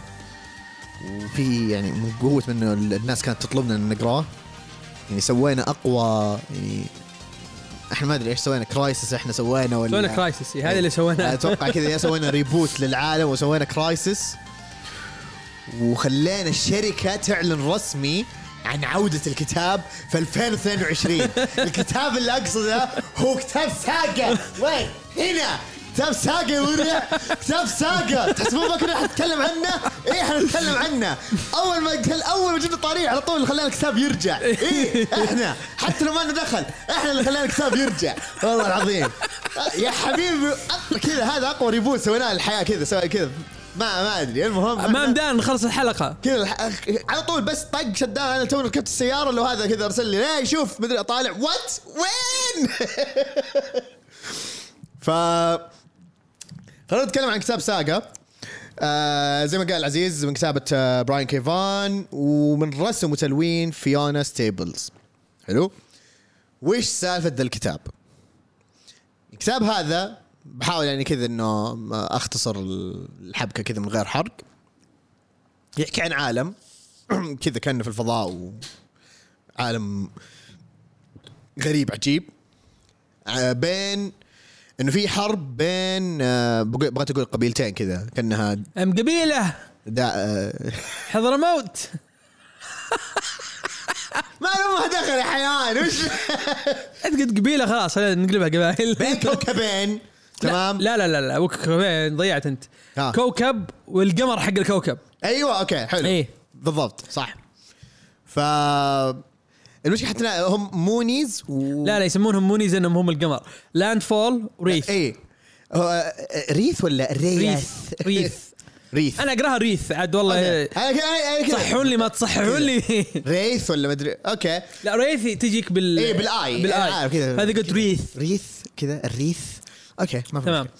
وفي يعني من قوة منه الناس كانت تطلبنا أن نقراه. يعني سوينا أقوى يعني احنا ما ادري ايش سوينا كرايسس احنا سوينا ولا سوينا كرايسس هذا اللي سويناه اتوقع كذا يا سوينا ريبوت للعالم وسوينا كرايسس وخلينا الشركة تعلن رسمي عن عودة الكتاب في ألفين واثنين وعشرين. الكتاب اللي أقصده هو كتاب ساقة. وين هنا كتاب ساقة يا ورع كتاب ساقة. تحسبون ما كنا نتكلم عنه؟ إيه حنتكلم عنه. أول ما قال أول ما جينا طريق على طول خلينا الكتاب يرجع. إيه إحنا حتى لو ما لنا دخل إحنا اللي خلينا الكتاب يرجع. والله العظيم يا حبيبي كذا هذا أقوى ريبوت سويناه الحياة كذا سوي كذا ما ما ادري. المهم ما مدان نخلص الحلقه كذا الح... على طول بس طق شدان. انا تو ركبت السياره لو هذا كذا ارسل لي ايه شوف مدري اطالع وات وين. ف خلينا نتكلم عن كتاب ساقة. آه زي ما قال عزيز من كتابة آه براين كيفان ومن رسم وتلوين فيونا ستيبلز. حلو. وش سالفة ذا الكتاب؟ الكتاب هذا بحاول يعني كذا انه اختصر الحبكه كذا من غير حرق. يحكي عن عالم كذا كأنه في الفضاء وعالم غريب عجيب بين انه في حرب بين بغيت اقول قبيلتين كذا كأنها ام قبيله حضرموت. ما لهم دخل يا حيوان وش انت قلت قبيله خلاص نقلبها قبائل. بين كوكبين تمام. لا لا لا لا كوكبين ضيعت انت. آه. كوكب والقمر حق الكوكب. ايوه اوكي حلو ايه بالضبط صح. ف المشكله حتى هم مونيز و... لا لا يسمونهم مونيز انهم هم القمر. لاند فول وريث. ايه ريث ولا ريث ريث ريث. انا اقراها ريث عاد والله. صححون لي ما تصححون لي. ريث ولا مدري اوكي. لا ريث تجيك بال ايه بالاي بالاي كذا. هذه قلت ريث ريث كذا الريث اوكي ما تمام.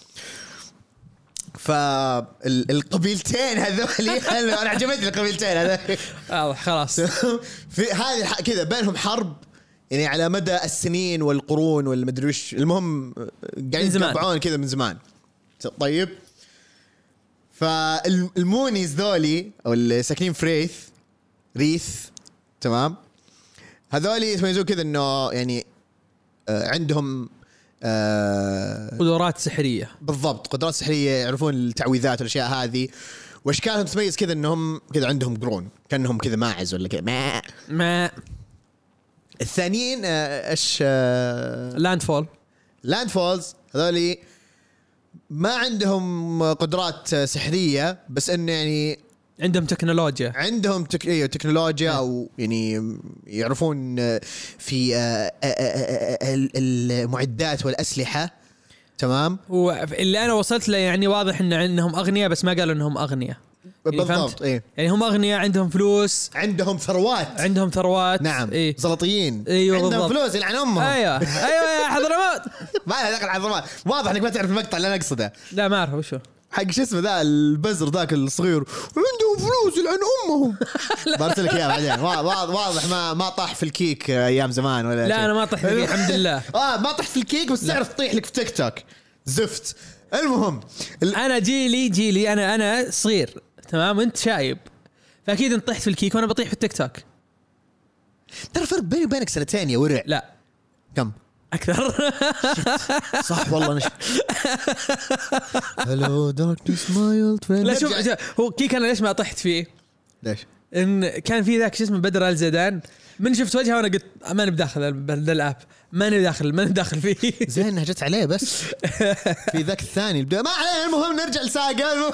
فالقبيلتين هذول انا عجبتني القبيلتين هذول. اه خلاص في هذه كذا بينهم حرب يعني على مدى السنين والقرون والمدري وش. المهم قاعدين يتابعون كذا من زمان. طيب فالمونيز ذولي او اللي ساكنين في ريث ريث تمام هذولي يتميزون كذا انه يعني آه عندهم آه قدرات سحريه. بالضبط قدرات سحريه يعرفون التعويذات والاشياء هذه واشكالهم تتميز كذا انهم كذا عندهم قرون كانهم كذا ماعز ولا كذا ما ما الثانيين ايش آه لاند فول لاند فولز هذولي ما عندهم قدرات سحريه بس انه يعني عندهم تكنولوجيا عندهم تك... أيوة تكنولوجيا او يعني يعرفون في المعدات والاسلحه تمام. واللي انا وصلت له يعني واضح ان انهم اغنياء بس ما قالوا انهم اغنياء. بالضبط إيه؟ يعني هم اغنياء عندهم فلوس عندهم ثروات عندهم ثروات نعم إيه؟ زلطيين أيوة عندهم بالضبط. فلوس يلعن امهم. ايوه ايوه يا حضرموت ما لها دخل حضرموت. واضح انك ما تعرف المقطع اللي انا اقصده. لا ما اعرف وشو حق شو اسمه ذا البزر ذاك الصغير عندهم فلوس يلعن امهم. برسل لك اياه بعدين. واضح ما ما طاح في الكيك ايام زمان ولا لا شيء. انا ما طحت فيه الحمد لله. اه ما طحت في الكيك بس تعرف تطيح لك في تيك توك زفت. المهم ال... انا جيلي جيلي انا انا صغير تمام انت شايب فاكيد انت طحت في الكيك وانا بطيح في التيك توك. ترى فرق بيني وبينك سنتين يا ورع. لا كم اكثر. صح والله نش هلو داركنس ماي اولد فريند. لا شوف هو كيك انا ليش ما طحت فيه ليش ان كان في ذاك شو اسمه بدر الزيدان من شفت وجهه وانا قلت ماني بداخل الاب ماني داخل ماني داخل فيه. زين انها جت عليه بس في ذاك الثاني ما علينا. المهم نرجع لساقه.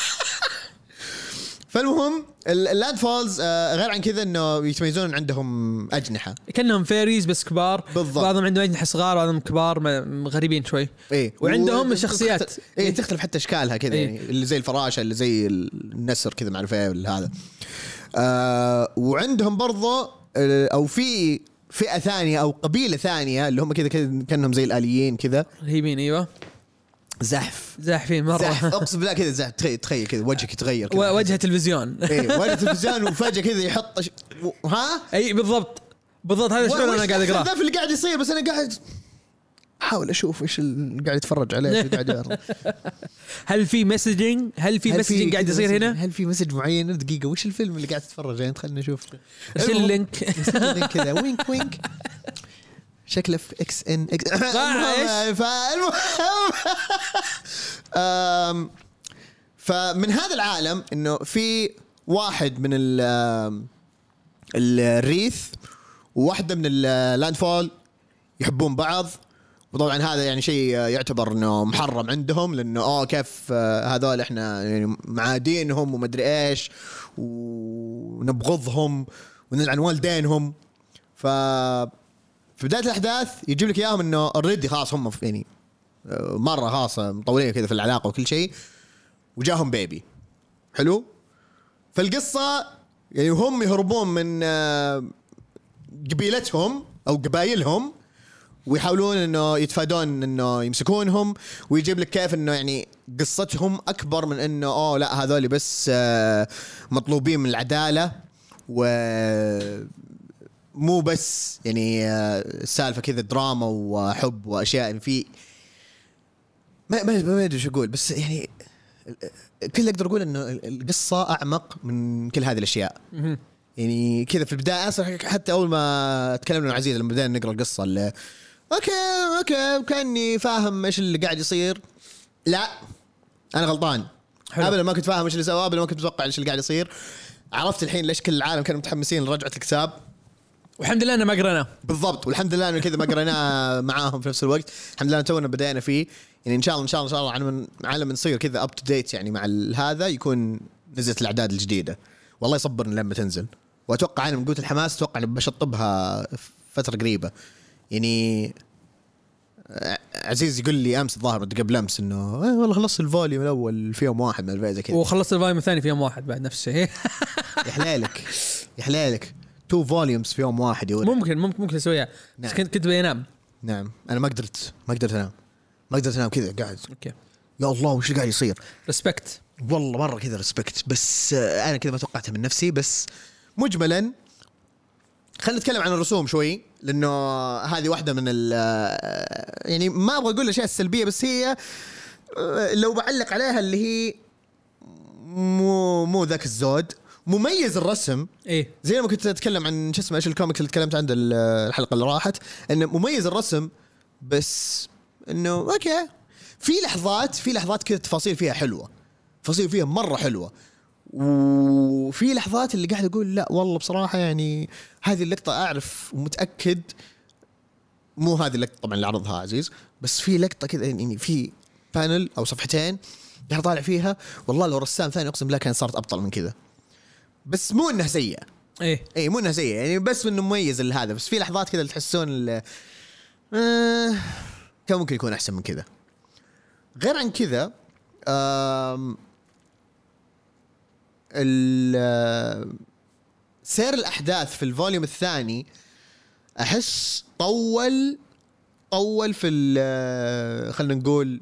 فالمهم اللاند فولز غير عن كذا انه يتميزون عندهم اجنحه كانهم فيريز بس كبار. بالضبط. بعضهم عندهم اجنحه صغار بعضهم كبار غريبين شوي. إيه. وعندهم الشخصيات اي تختلف حتى اشكالها كذا. إيه. يعني اللي زي الفراشه اللي زي النسر كذا ما اعرف ايه ولا هذا. آه وعندهم برضه او في فئه ثانيه او قبيله ثانيه اللي هم كذا كذا كانهم زي الاليين كذا رهيبين. ايوه زحف زاحفين مره. زحف اقسم بالله كذا زحف. تخيل كذا وجهك يتغير كذا وجه تلفزيون. اي وجه تلفزيون وفجاه كذا يحط ش... ها اي بالضبط بالضبط هذا الشيء انا قاعد اقراه. هذا اللي قاعد يصير بس انا قاعد احاول اشوف ايش اللي قاعد يتفرج عليه شو قاعد يقرا. هل في مسجنج هل في مسجنج قاعد يصير هنا؟ هل في مسج معين؟ دقيقه وش الفيلم اللي قاعد تتفرج عليه؟ خلينا نشوف. ايش اللينك كذا وينك وينك شكله في اكس ان اكس. فالمهم فمن هذا العالم انه في واحد من الريث وواحدة من اللاند فول يحبون بعض. وطبعا هذا يعني شيء يعتبر انه محرم عندهم لانه اه كيف هذول احنا يعني معادينهم ومدري ايش ونبغضهم ونلعن والدينهم. ف في بداية الأحداث يجيب لك إياهم إنه already خلاص هم يعني مرة خاصة مطولين كذا في العلاقة وكل شيء وجاهم بيبي حلو. فالقصة يعني هم يهربون من قبيلتهم أو قبائلهم ويحاولون إنه يتفادون إنه يمسكونهم. ويجيب لك كيف إنه يعني قصتهم أكبر من إنه أوه لا هذول بس مطلوبين من العدالة و مو بس يعني سالفة كذا دراما وحب وأشياء يعني في ما ما ما أدري شو أقول بس يعني كل أقدر أقول إنه القصة أعمق من كل هذه الأشياء. يعني كذا في البداية أصلا حتى أول ما تكلمنا مع عزيز لما بدأنا نقرأ القصة اللي أوكي أوكي كأني فاهم إيش اللي قاعد يصير. لا أنا غلطان. قبل ما كنت فاهم إيش اللي سواه قبل ما كنت متوقع إيش اللي قاعد يصير. عرفت الحين ليش كل العالم كانوا متحمسين لرجعة الكتاب. والحمد لله أنا ما قرأناه. بالضبط والحمد لله أنه كذا ما قرأناه معاهم في نفس الوقت. الحمد لله تونا بدأنا فيه يعني إن شاء الله إن شاء الله إن شاء الله عالم عالم نصير كذا up to date يعني مع هذا يكون نزلت الأعداد الجديدة. والله يصبرنا لما تنزل. وأتوقع أنا من قوة الحماس أتوقع أن بشطبها فترة قريبة. يعني عزيز يقول لي أمس الظاهر قبل أمس إنه إيه والله خلصت الفوليوم الأول في يوم واحد من الفيزا كذا. وخلصت الفوليوم الثاني في يوم واحد بعد نفس الشيء. يحلالك يحلالك تو فوليومز في يوم واحد يقول. ممكن ممكن ممكن اسويها. نعم. كنت كنت بينام. نعم انا ما قدرت ما قدرت انام ما قدرت انام كذا قاعد. اوكي يا الله وش قاعد يصير. ريسبكت والله مره كذا ريسبكت. بس انا كذا ما توقعتها من نفسي. بس مجملا خلينا نتكلم عن الرسوم شوي لانه هذه واحده من ال يعني ما ابغى اقول الاشياء السلبيه بس هي لو بعلق عليها اللي هي مو مو ذاك الزود. مميز الرسم ايه زي ما كنت اتكلم عن شو اسمه ايش الكوميكس اللي تكلمت عنه الحلقه اللي راحت انه مميز الرسم بس انه اوكي في لحظات في لحظات كذا تفاصيل فيها حلوه تفاصيل فيها مره حلوه وفي لحظات اللي قاعد اقول لا والله بصراحه يعني هذه اللقطه اعرف ومتاكد مو هذه اللقطه طبعا اللي عرضها عزيز بس في لقطه كذا يعني في بانل او صفحتين قاعد طالع فيها والله لو رسام ثاني اقسم بالله كان صارت ابطل من كذا بس مو انها سيئه ايه اي مو انها سيئه يعني بس انه مميز هذا بس في لحظات كذا اللي تحسون آه كان ممكن يكون احسن من كذا. غير عن كذا سير الأحداث في الفوليوم الثاني أحس طول طول في خلنا نقول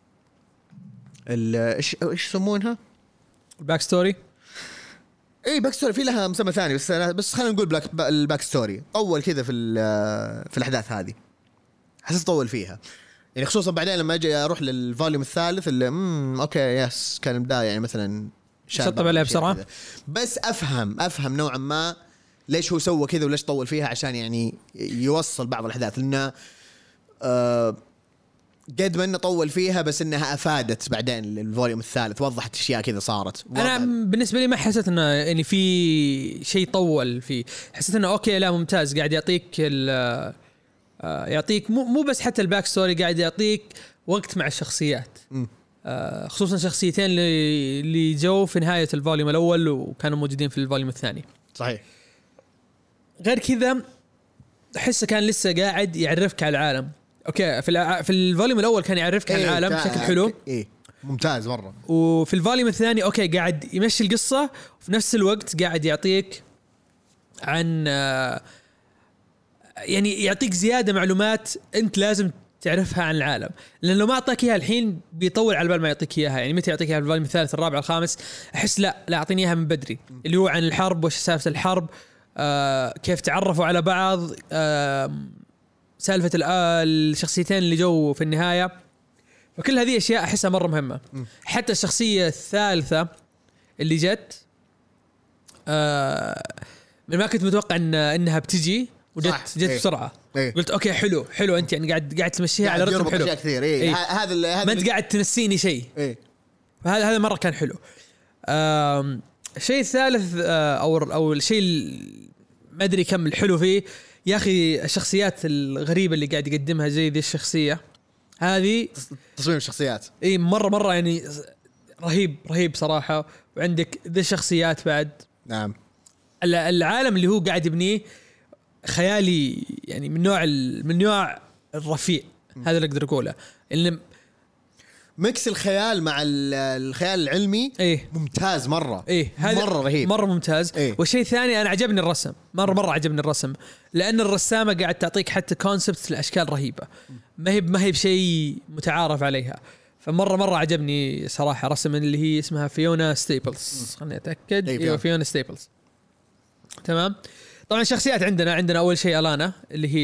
إيش إيش يسمونها الباك ستوري. اي باك ستوري في لها مسمى ثاني بس بس خلينا نقول بلاك الباك ستوري طول كذا في في الأحداث هذه حسيت طول فيها يعني خصوصا بعدين لما اجي اروح للفوليوم الثالث اللي امم اوكي يس كان بدايه يعني مثلا شطب عليها بسرعه كده. بس افهم افهم نوعا ما ليش هو سوى كذا وليش طول فيها عشان يعني يوصل بعض الاحداث لانه آه قد ما انه طول فيها بس انها افادت بعدين الفوليوم الثالث وضحت اشياء كذا صارت. انا بالنسبه لي ما حسيت انه يعني في شيء طول فيه حسيت انه اوكي لا ممتاز قاعد يعطيك ال يعطيك مو مو بس حتى الباك ستوري قاعد يعطيك وقت مع الشخصيات آه خصوصا شخصيتين اللي اللي جو في نهاية الفوليوم الأول وكانوا موجودين في الفوليوم الثاني. صحيح. غير كذا أحسه كان لسه قاعد يعرفك على العالم. أوكي في في الفوليوم الأول كان يعرفك إيه على العالم بشكل حلو. إيه ممتاز مرة. وفي الفوليوم الثاني أوكي قاعد يمشي القصة وفي نفس الوقت قاعد يعطيك عن آه يعني يعطيك زيادة معلومات أنت لازم تعرفها عن العالم لأن لو ما أعطاك إياها الحين بيطول على بال ما يعطيك إياها يعني متى يعطيك إياها في الفوليوم الثالث الرابع الخامس أحس لا لا أعطيني إياها من بدري اللي هو عن الحرب وش سالفة الحرب آه كيف تعرفوا على بعض آه سالفة الشخصيتين اللي جو في النهاية فكل هذه أشياء أحسها مرة مهمة. حتى الشخصية الثالثة اللي جت آه ما كنت متوقع إن إنها بتجي وجت جت إيه. بسرعة إيه. قلت أوكي حلو حلو أنت يعني قاعد قاعد تمشيها على رتم حلو كثير إيه. إيه. هذا هذا ما أنت قاعد تنسيني شيء إيه. فهذا هذا مرة كان حلو. الشيء الثالث أو أو الشيء ما أدري كم الحلو فيه يا أخي الشخصيات الغريبة اللي قاعد يقدمها زي ذي الشخصية هذه تصميم الشخصيات إيه مرة مرة يعني رهيب رهيب صراحة. وعندك ذي الشخصيات بعد نعم العالم اللي هو قاعد يبنيه خيالي يعني من نوع من نوع الرفيع هذا اللي اقدر اقوله اللي ميكس الخيال مع الخيال العلمي إيه؟ ممتاز مرة إيه؟ مرة رهيب مرة ممتاز إيه؟ والشيء الثاني أنا عجبني الرسم مرة مرة عجبني الرسم لأن الرسامة قاعد تعطيك حتى كونسبت الأشكال رهيبة ما هي ما هي بشيء متعارف عليها فمرة مرة عجبني صراحة رسم اللي هي اسمها فيونا ستيبلز خلني أتأكد إيه إيه فيونا ستيبلز تمام. طبعا شخصيات عندنا عندنا أول شيء ألانا اللي هي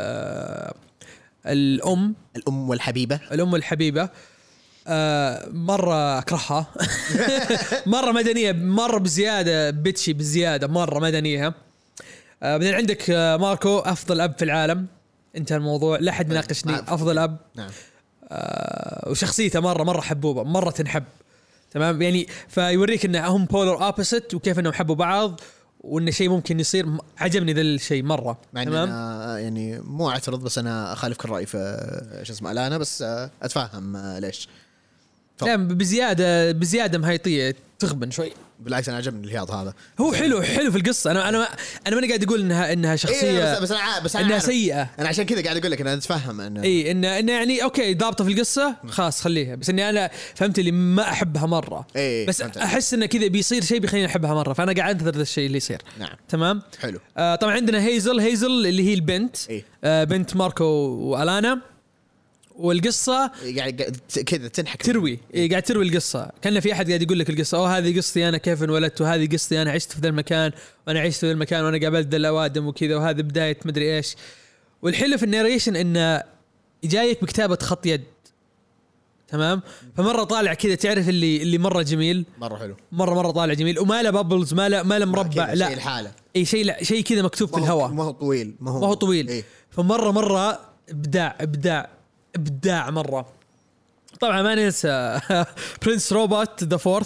الأم الأم والحبيبة الأم والحبيبة آه مرة أكرهها مرة مدنية مرة بزيادة بتشي بزيادة مرة مدنية. آه بعدين عندك آه ماركو أفضل أب في العالم انتهى الموضوع لا حد يناقشني أفضل أب نعم. آه وشخصيته مرة مرة حبوبة مرة تنحب تمام يعني فيوريك إن هم بولر أوبوسيت وكيف إنهم حبوا بعض وإن شيء ممكن يصير. عجبني ذا الشيء مرة تمام يعني مو أعترض بس أنا أخالفك الرأي في شو اسمه ألانا بس أتفهم ليش لا بزيادة بزيادة مهيطية تغبن شوي. بالعكس أنا عجبني الهياط هذا هو حلو حلو في القصة. أنا أنا أنا ماني قاعد أقول إنها إنها شخصية إيه بس بس أنا بس أنا إنها سيئة. أنا عشان كذا قاعد أقول لك أنا أتفهم إن إيه إن إن يعني أوكي ضابطة في القصة خلاص خليها بس إني أنا فهمت اللي ما أحبها مرة إيه بس أحس إنه كذا بيصير شيء بيخليني أحبها مرة فأنا قاعد أنتظر ذا الشيء اللي يصير. نعم تمام حلو. آه طبعا عندنا هيزل هيزل اللي هي البنت إيه؟ آه بنت ماركو وألانا والقصه يعني كذا تنحك تروي إيه قاعد تروي القصه كان في احد قاعد يقول لك القصه او هذه قصتي انا كيف انولدت وهذه قصتي انا عشت في ذا المكان وانا عشت في ذا المكان وانا قابلت ذا الاوادم وكذا وهذه بدايه مدري ايش. والحلو في الناريشن انه جايك بكتابه خط يد تمام فمره طالع كذا تعرف اللي اللي مره جميل مره حلو مره مره طالع جميل وما له بابلز ما له ما له مربع لا شيء الحاله اي شيء لا شيء كذا مكتوب في الهواء ما هو طويل ما هو ما هو طويل إيه؟ فمره مره ابداع ابداع ابداع مره. طبعا ما ننسى برنس روبوت ذا فورث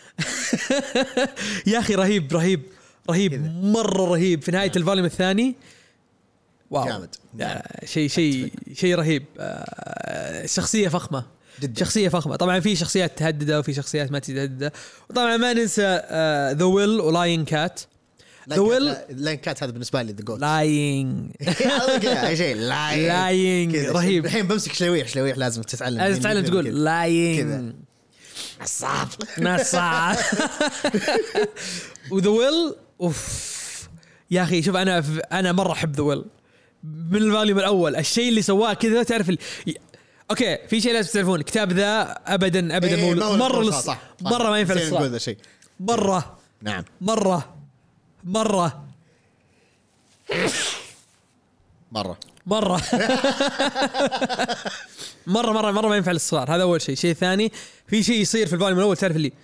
يا اخي رهيب رهيب رهيب كده. مره رهيب في نهايه الفوليوم الثاني واو جامد شيء شيء شيء رهيب. شخصيه فخمه جدا. شخصيه فخمه طبعا في شخصيات تهدده وفي شخصيات ما تهدده. وطبعا ما ننسى ذا ويل ولاين كات. ذا ويل لاين كات هذا بالنسبه لي ذا جوت لاين اي شيء لاين رهيب. الحين بمسك شلويح شلويح لازم تتعلم لازم تتعلم تقول لاين نصاب نصاب. وذا ويل اوف يا اخي شوف انا انا مره احب ذا ويل من الفوليوم الاول. الشيء اللي سواه كذا تعرف ال... اوكي في شيء لازم تعرفون الكتاب ذا ابدا ابدا إيه مره مره, لص... مرة ما ينفع الصراحه شيء مره نعم مره مره مره مره مره مره مره ما ينفع للصغار. هذا اول شيء. شيء ثاني في شيء يصير في الفوليوم الاول تعرف اللي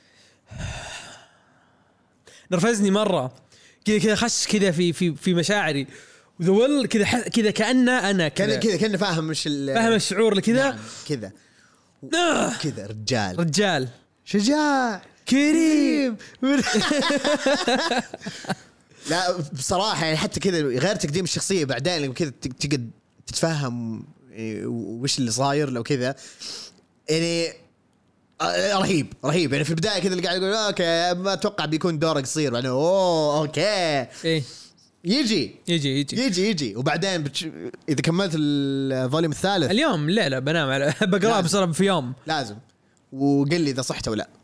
نرفزني مره كذا كذا خش كذا في في في مشاعري. وذا ويل كذا كذا كأنه انا كذا كذا كأنه فاهم مش فاهم الشعور كذا نعم كذا آه. كذا رجال رجال شجاع كريم. لا بصراحة يعني حتى كذا غير تقديم الشخصية بعدين لما كذا تقعد تتفهم وش اللي صاير لو كذا يعني رهيب رهيب. يعني في البداية كذا اللي قاعد يقول اوكي ما اتوقع بيكون دوره قصير بعدين اوه اوكي ايه يجي يجي يجي يجي يجي وبعدين بتش... اذا كملت الفوليوم الثالث اليوم لا لا بنام على بقراه بصراحة في يوم لازم. وقل لي اذا صحت ولا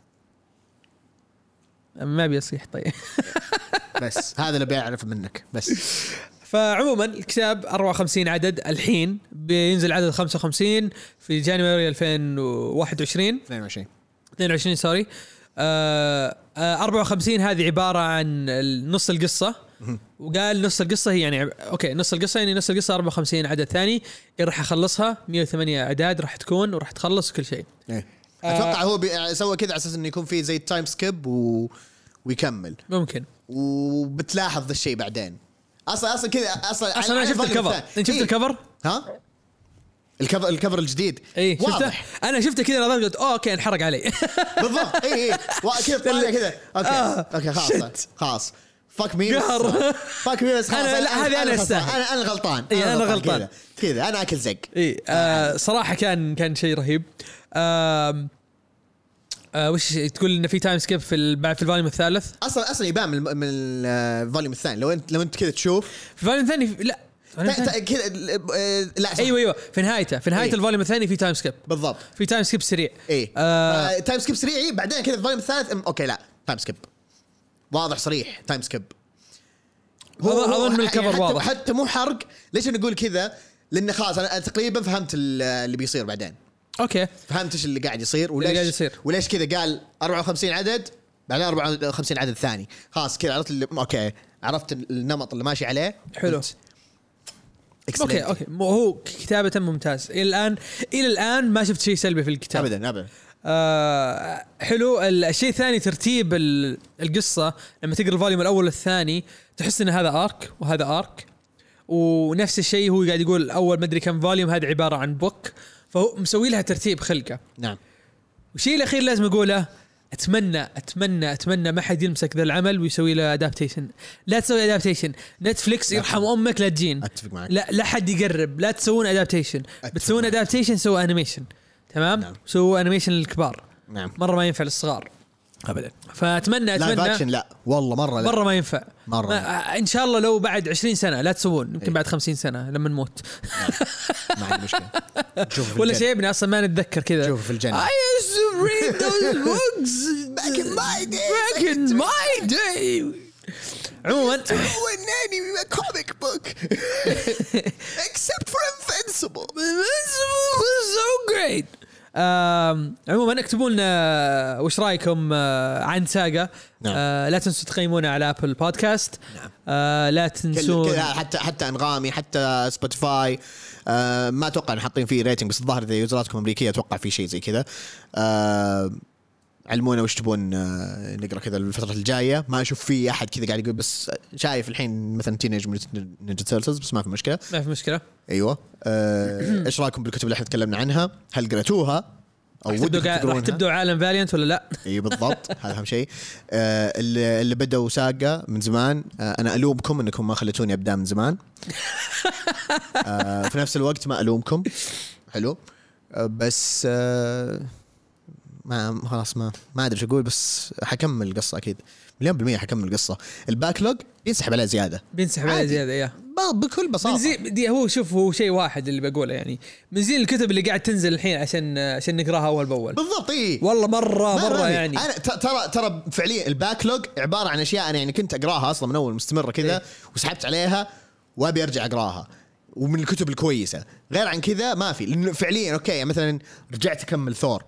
ما بيصيح طيب. بس هذا اللي بيعرف منك بس. فعموما الكتاب أربعة وخمسين عدد الحين بينزل عدد خمسة وخمسين في جانيوري ألفين وواحد وعشرين اثنين وعشرين اثنين وعشرين سوري. آه آه أربعة وخمسين هذه عبارة عن نص القصة. وقال نص القصة هي يعني اوكي نص القصة يعني نص القصة أربعة وخمسين عدد ثاني راح اخلصها مية وثمانية اعداد راح تكون وراح تخلص كل شيء. إيه. اتوقع هو سوى كذا على اساس انه يكون فيه زي تايم سكيب و... ويكمل ممكن. وبتلاحظ ذا الشيء بعدين. اصلا اصلا كذا اصلا اصلا انا شفت الكفر. انت شفت إيه؟ الكفر ها الكفر الكفر الجديد اي شفته انا شفته كذا نظرت قلت اوه اوكي انحرق علي. بالضبط اي اي كذا طالع كذا اوكي آه. اوكي خلاص خلاص فاك مي فاك مي بس انا لا هذه انا استاهل انا انا غلطان انا, أنا غلطان كذا انا اكل زق. اي آه صراحه كان كان شيء رهيب. آه آه وش تقول انه في تايم سكيب في بعد في الفوليوم الثالث اصلا اصلا يبان من, من الفوليوم الثاني لو انت لو انت كذا تشوف في الفوليوم الثاني لا كذا لا ايوه ايوه في نهايته في نهايه إيه؟ الفوليوم الثاني في تايم سكيب بالضبط في تايم سكيب سريع اي آه تايم سكيب سريع بعدين كذا الفوليوم الثالث اوكي لا تايم سكيب واضح صريح تايم سكيب. هو اظن من الكفر حتى واضح حتى مو حرق. ليش نقول كذا لان خلاص انا تقريبا فهمت اللي بيصير بعدين. اوكي فهمت ايش اللي قاعد يصير وليش قاعد يصير وليش كذا قال أربعة وخمسين عدد بعدين أربعة وخمسين عدد ثاني خلاص كذا عرفت اللي اوكي عرفت النمط اللي ماشي عليه. حلو اوكي اوكي هو كتابة ممتاز. الى الان الى الان ما شفت شيء سلبي في الكتاب ابدا ابدا. آه حلو. الشيء الثاني ترتيب القصة لما تقرأ الفوليوم الأول والثاني تحس إن هذا آرك وهذا آرك ونفس الشيء هو قاعد يقول أول ما أدري كم فوليوم هذا عبارة عن بوك فهو مسوي لها ترتيب خلقة. نعم. والشيء الأخير لازم أقوله أتمنى أتمنى أتمنى ما حد يمسك ذا العمل ويسوي له أدابتيشن. لا تسوي أدابتيشن. نتفليكس يرحم أمك لا تجين. أتفق معك. لا لا حد يقرب. لا تسوون أدابتيشن. بتسوون أدابتيشن سووا أنيميشن. تمام. نعم. سووا أنيميشن للكبار. نعم. مرة ما ينفع للصغار أبدا. فأتمنى أتمنى لا أكشن لا والله مرة لا مرة ما ينفع مرة ما إن شاء الله لو بعد عشرين سنة لا تسوون يمكن أيه. بعد خمسين سنة لما نموت ما عندي مشكلة ولا شيء ابني أصلا ما نتذكر كذا شوف في الجنة I used to read those books back in my day back in my day عموما a comic book except for Invincible آم، عموما اكتبوا لنا وش رايكم آه، عن ساقة. نعم. آه، لا تنسوا تقيمونا على ابل بودكاست. نعم. آه، لا كل تنسون كل حتى حتى انغامي حتى سبوتيفاي آه ما اتوقع ان حاطين فيه ريتنج بس الظاهر اذا يوزراتكم امريكيه اتوقع في شيء زي كذا. آه علمونا وش تبون آه نقرا كذا الفتره الجايه. ما اشوف في احد كذا قاعد يقول بس شايف الحين مثلا تينيج نينجا تيرتلز بس ما في مشكله. ما في مشكله. ايوه آه ايش رايكم بالكتب اللي احنا تكلمنا عنها؟ هل قرأتوها او ودكم راح تقرونها؟ تبدوا عالم فاليانت ولا لا؟ اي بالضبط هذا اهم شيء. آه اللي, اللي بدأوا ساقة من زمان آه انا الومكم انكم ما خليتوني ابدا من زمان. آه في نفس الوقت ما الومكم. حلو. آه بس آه ما خلاص ما ما ادري ايش اقول بس حكمل القصه اكيد مليون بالمية حكمل القصه. الباكلوج ينسحب عليه زياده بينسحب عليه زياده اياه بكل بساطه. من زي دي هو شوف هو شيء واحد اللي بقوله يعني من زين الكتب اللي قاعد تنزل الحين عشان عشان نقراها اول باول. بالضبط اي والله مره مره يعني انا ترى ترى فعليا الباكلوج عباره عن اشياء انا يعني كنت اقراها اصلا من اول مستمره كذا إيه؟ وسحبت عليها وابي ارجع اقراها ومن الكتب الكويسه. غير عن كذا ما في لانه فعليا اوكي يعني مثلا رجعت اكمل ثور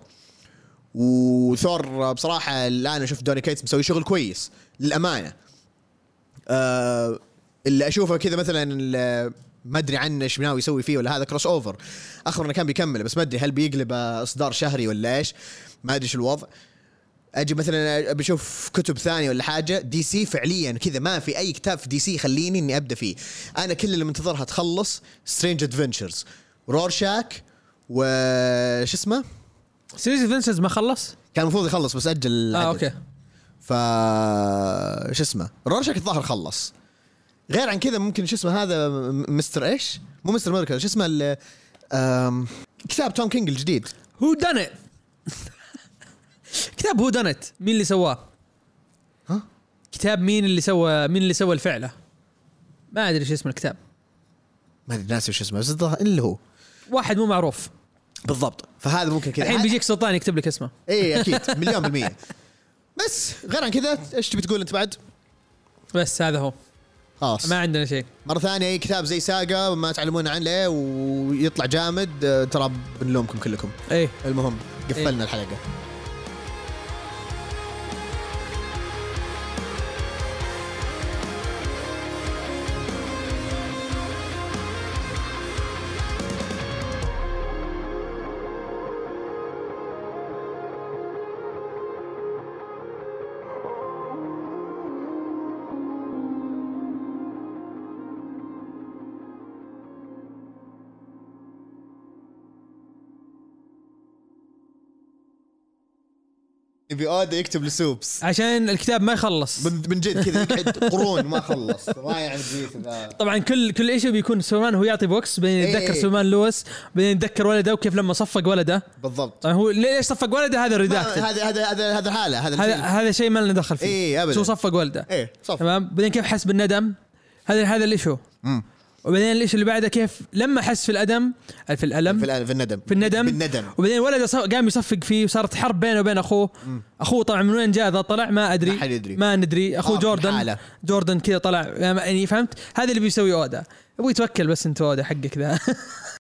وثور بصراحه الان اشوف دوني كيتس مسوي شغل كويس للامانه. أه اللي اشوفه كذا مثلا ما ادري عنه ايش ناوي يسوي فيه ولا هذا كروس اوفر اخبرنا كان بيكمل بس ما ادري هل بيقلب اصدار شهري ولا ايش ما ادري شو الوضع. اجي مثلا بشوف كتب ثانيه ولا حاجه دي سي فعليا كذا ما في اي كتاب في دي سي يخليني اني ابدا فيه. انا كل اللي منتظرها تخلص سترينج ادفنتشرز رورشاك وش اسمه سيريز ادفنتشرز ما خلص كان المفروض يخلص بس اجل اه اوكي. ف شو اسمه رورشاك الظاهر خلص. غير عن كذا ممكن شو اسمه هذا مستر ايش مو مستر ميركل شو اسمه ال كتاب توم كينج الجديد هو دانت كتاب هو دانت مين اللي سواه؟ ها كتاب مين اللي سوى مين اللي سوى الفعله؟ ما ادري ايش اسم الكتاب ما ادري ناسي وش اسمه بس الظاهر اللي هو واحد مو معروف بالضبط. فهذا ممكن كذا الحين بيجيك سلطان يكتب لك اسمه. اي اكيد مليون بالمية. بس غير عن كذا ايش تبي تقول انت بعد؟ بس هذا هو خلاص ما عندنا شيء. مرة ثانية اي كتاب زي ساقة ما تعلمون عنه ويطلع جامد ترى بنلومكم كلكم. ايه المهم قفلنا إيه؟ الحلقة. يبي اودا يكتب لسوبس عشان الكتاب ما يخلص من من جد كذا يقعد قرون ما خلص ما يعني ذا. طبعا كل كل ايش بيكون سومان هو يعطي بوكس بين يتذكر إيه. سومان لويس بعدين يتذكر ولده وكيف لما صفق ولده بالضبط. طبعا هو ليش صفق ولده هذا ريداكت هذا هذا هذا هذا حاله هذا هذا هذا شيء ما لنا دخل فيه. إيه أبداً. شو صفق ولده ايه صف تمام. بعدين كيف حس بالندم هذا هذا اللي شو امم وبعدين ايش اللي بعده كيف لما حس في الأدم في الألم في الألم في الندم في الندم بالندم وبعدين ولده ص- قام يصفق فيه وصارت حرب بينه وبين اخوه. مم. اخوه طبعا من وين جاء ذا طلع ما ادري ما حد يدري. ما ندري اخوه آه، في جوردن حالة. جوردن كذا طلع يعني فهمت هذا اللي بيسوي اودا يبغى يتوكل بس انت اودا حقك ذا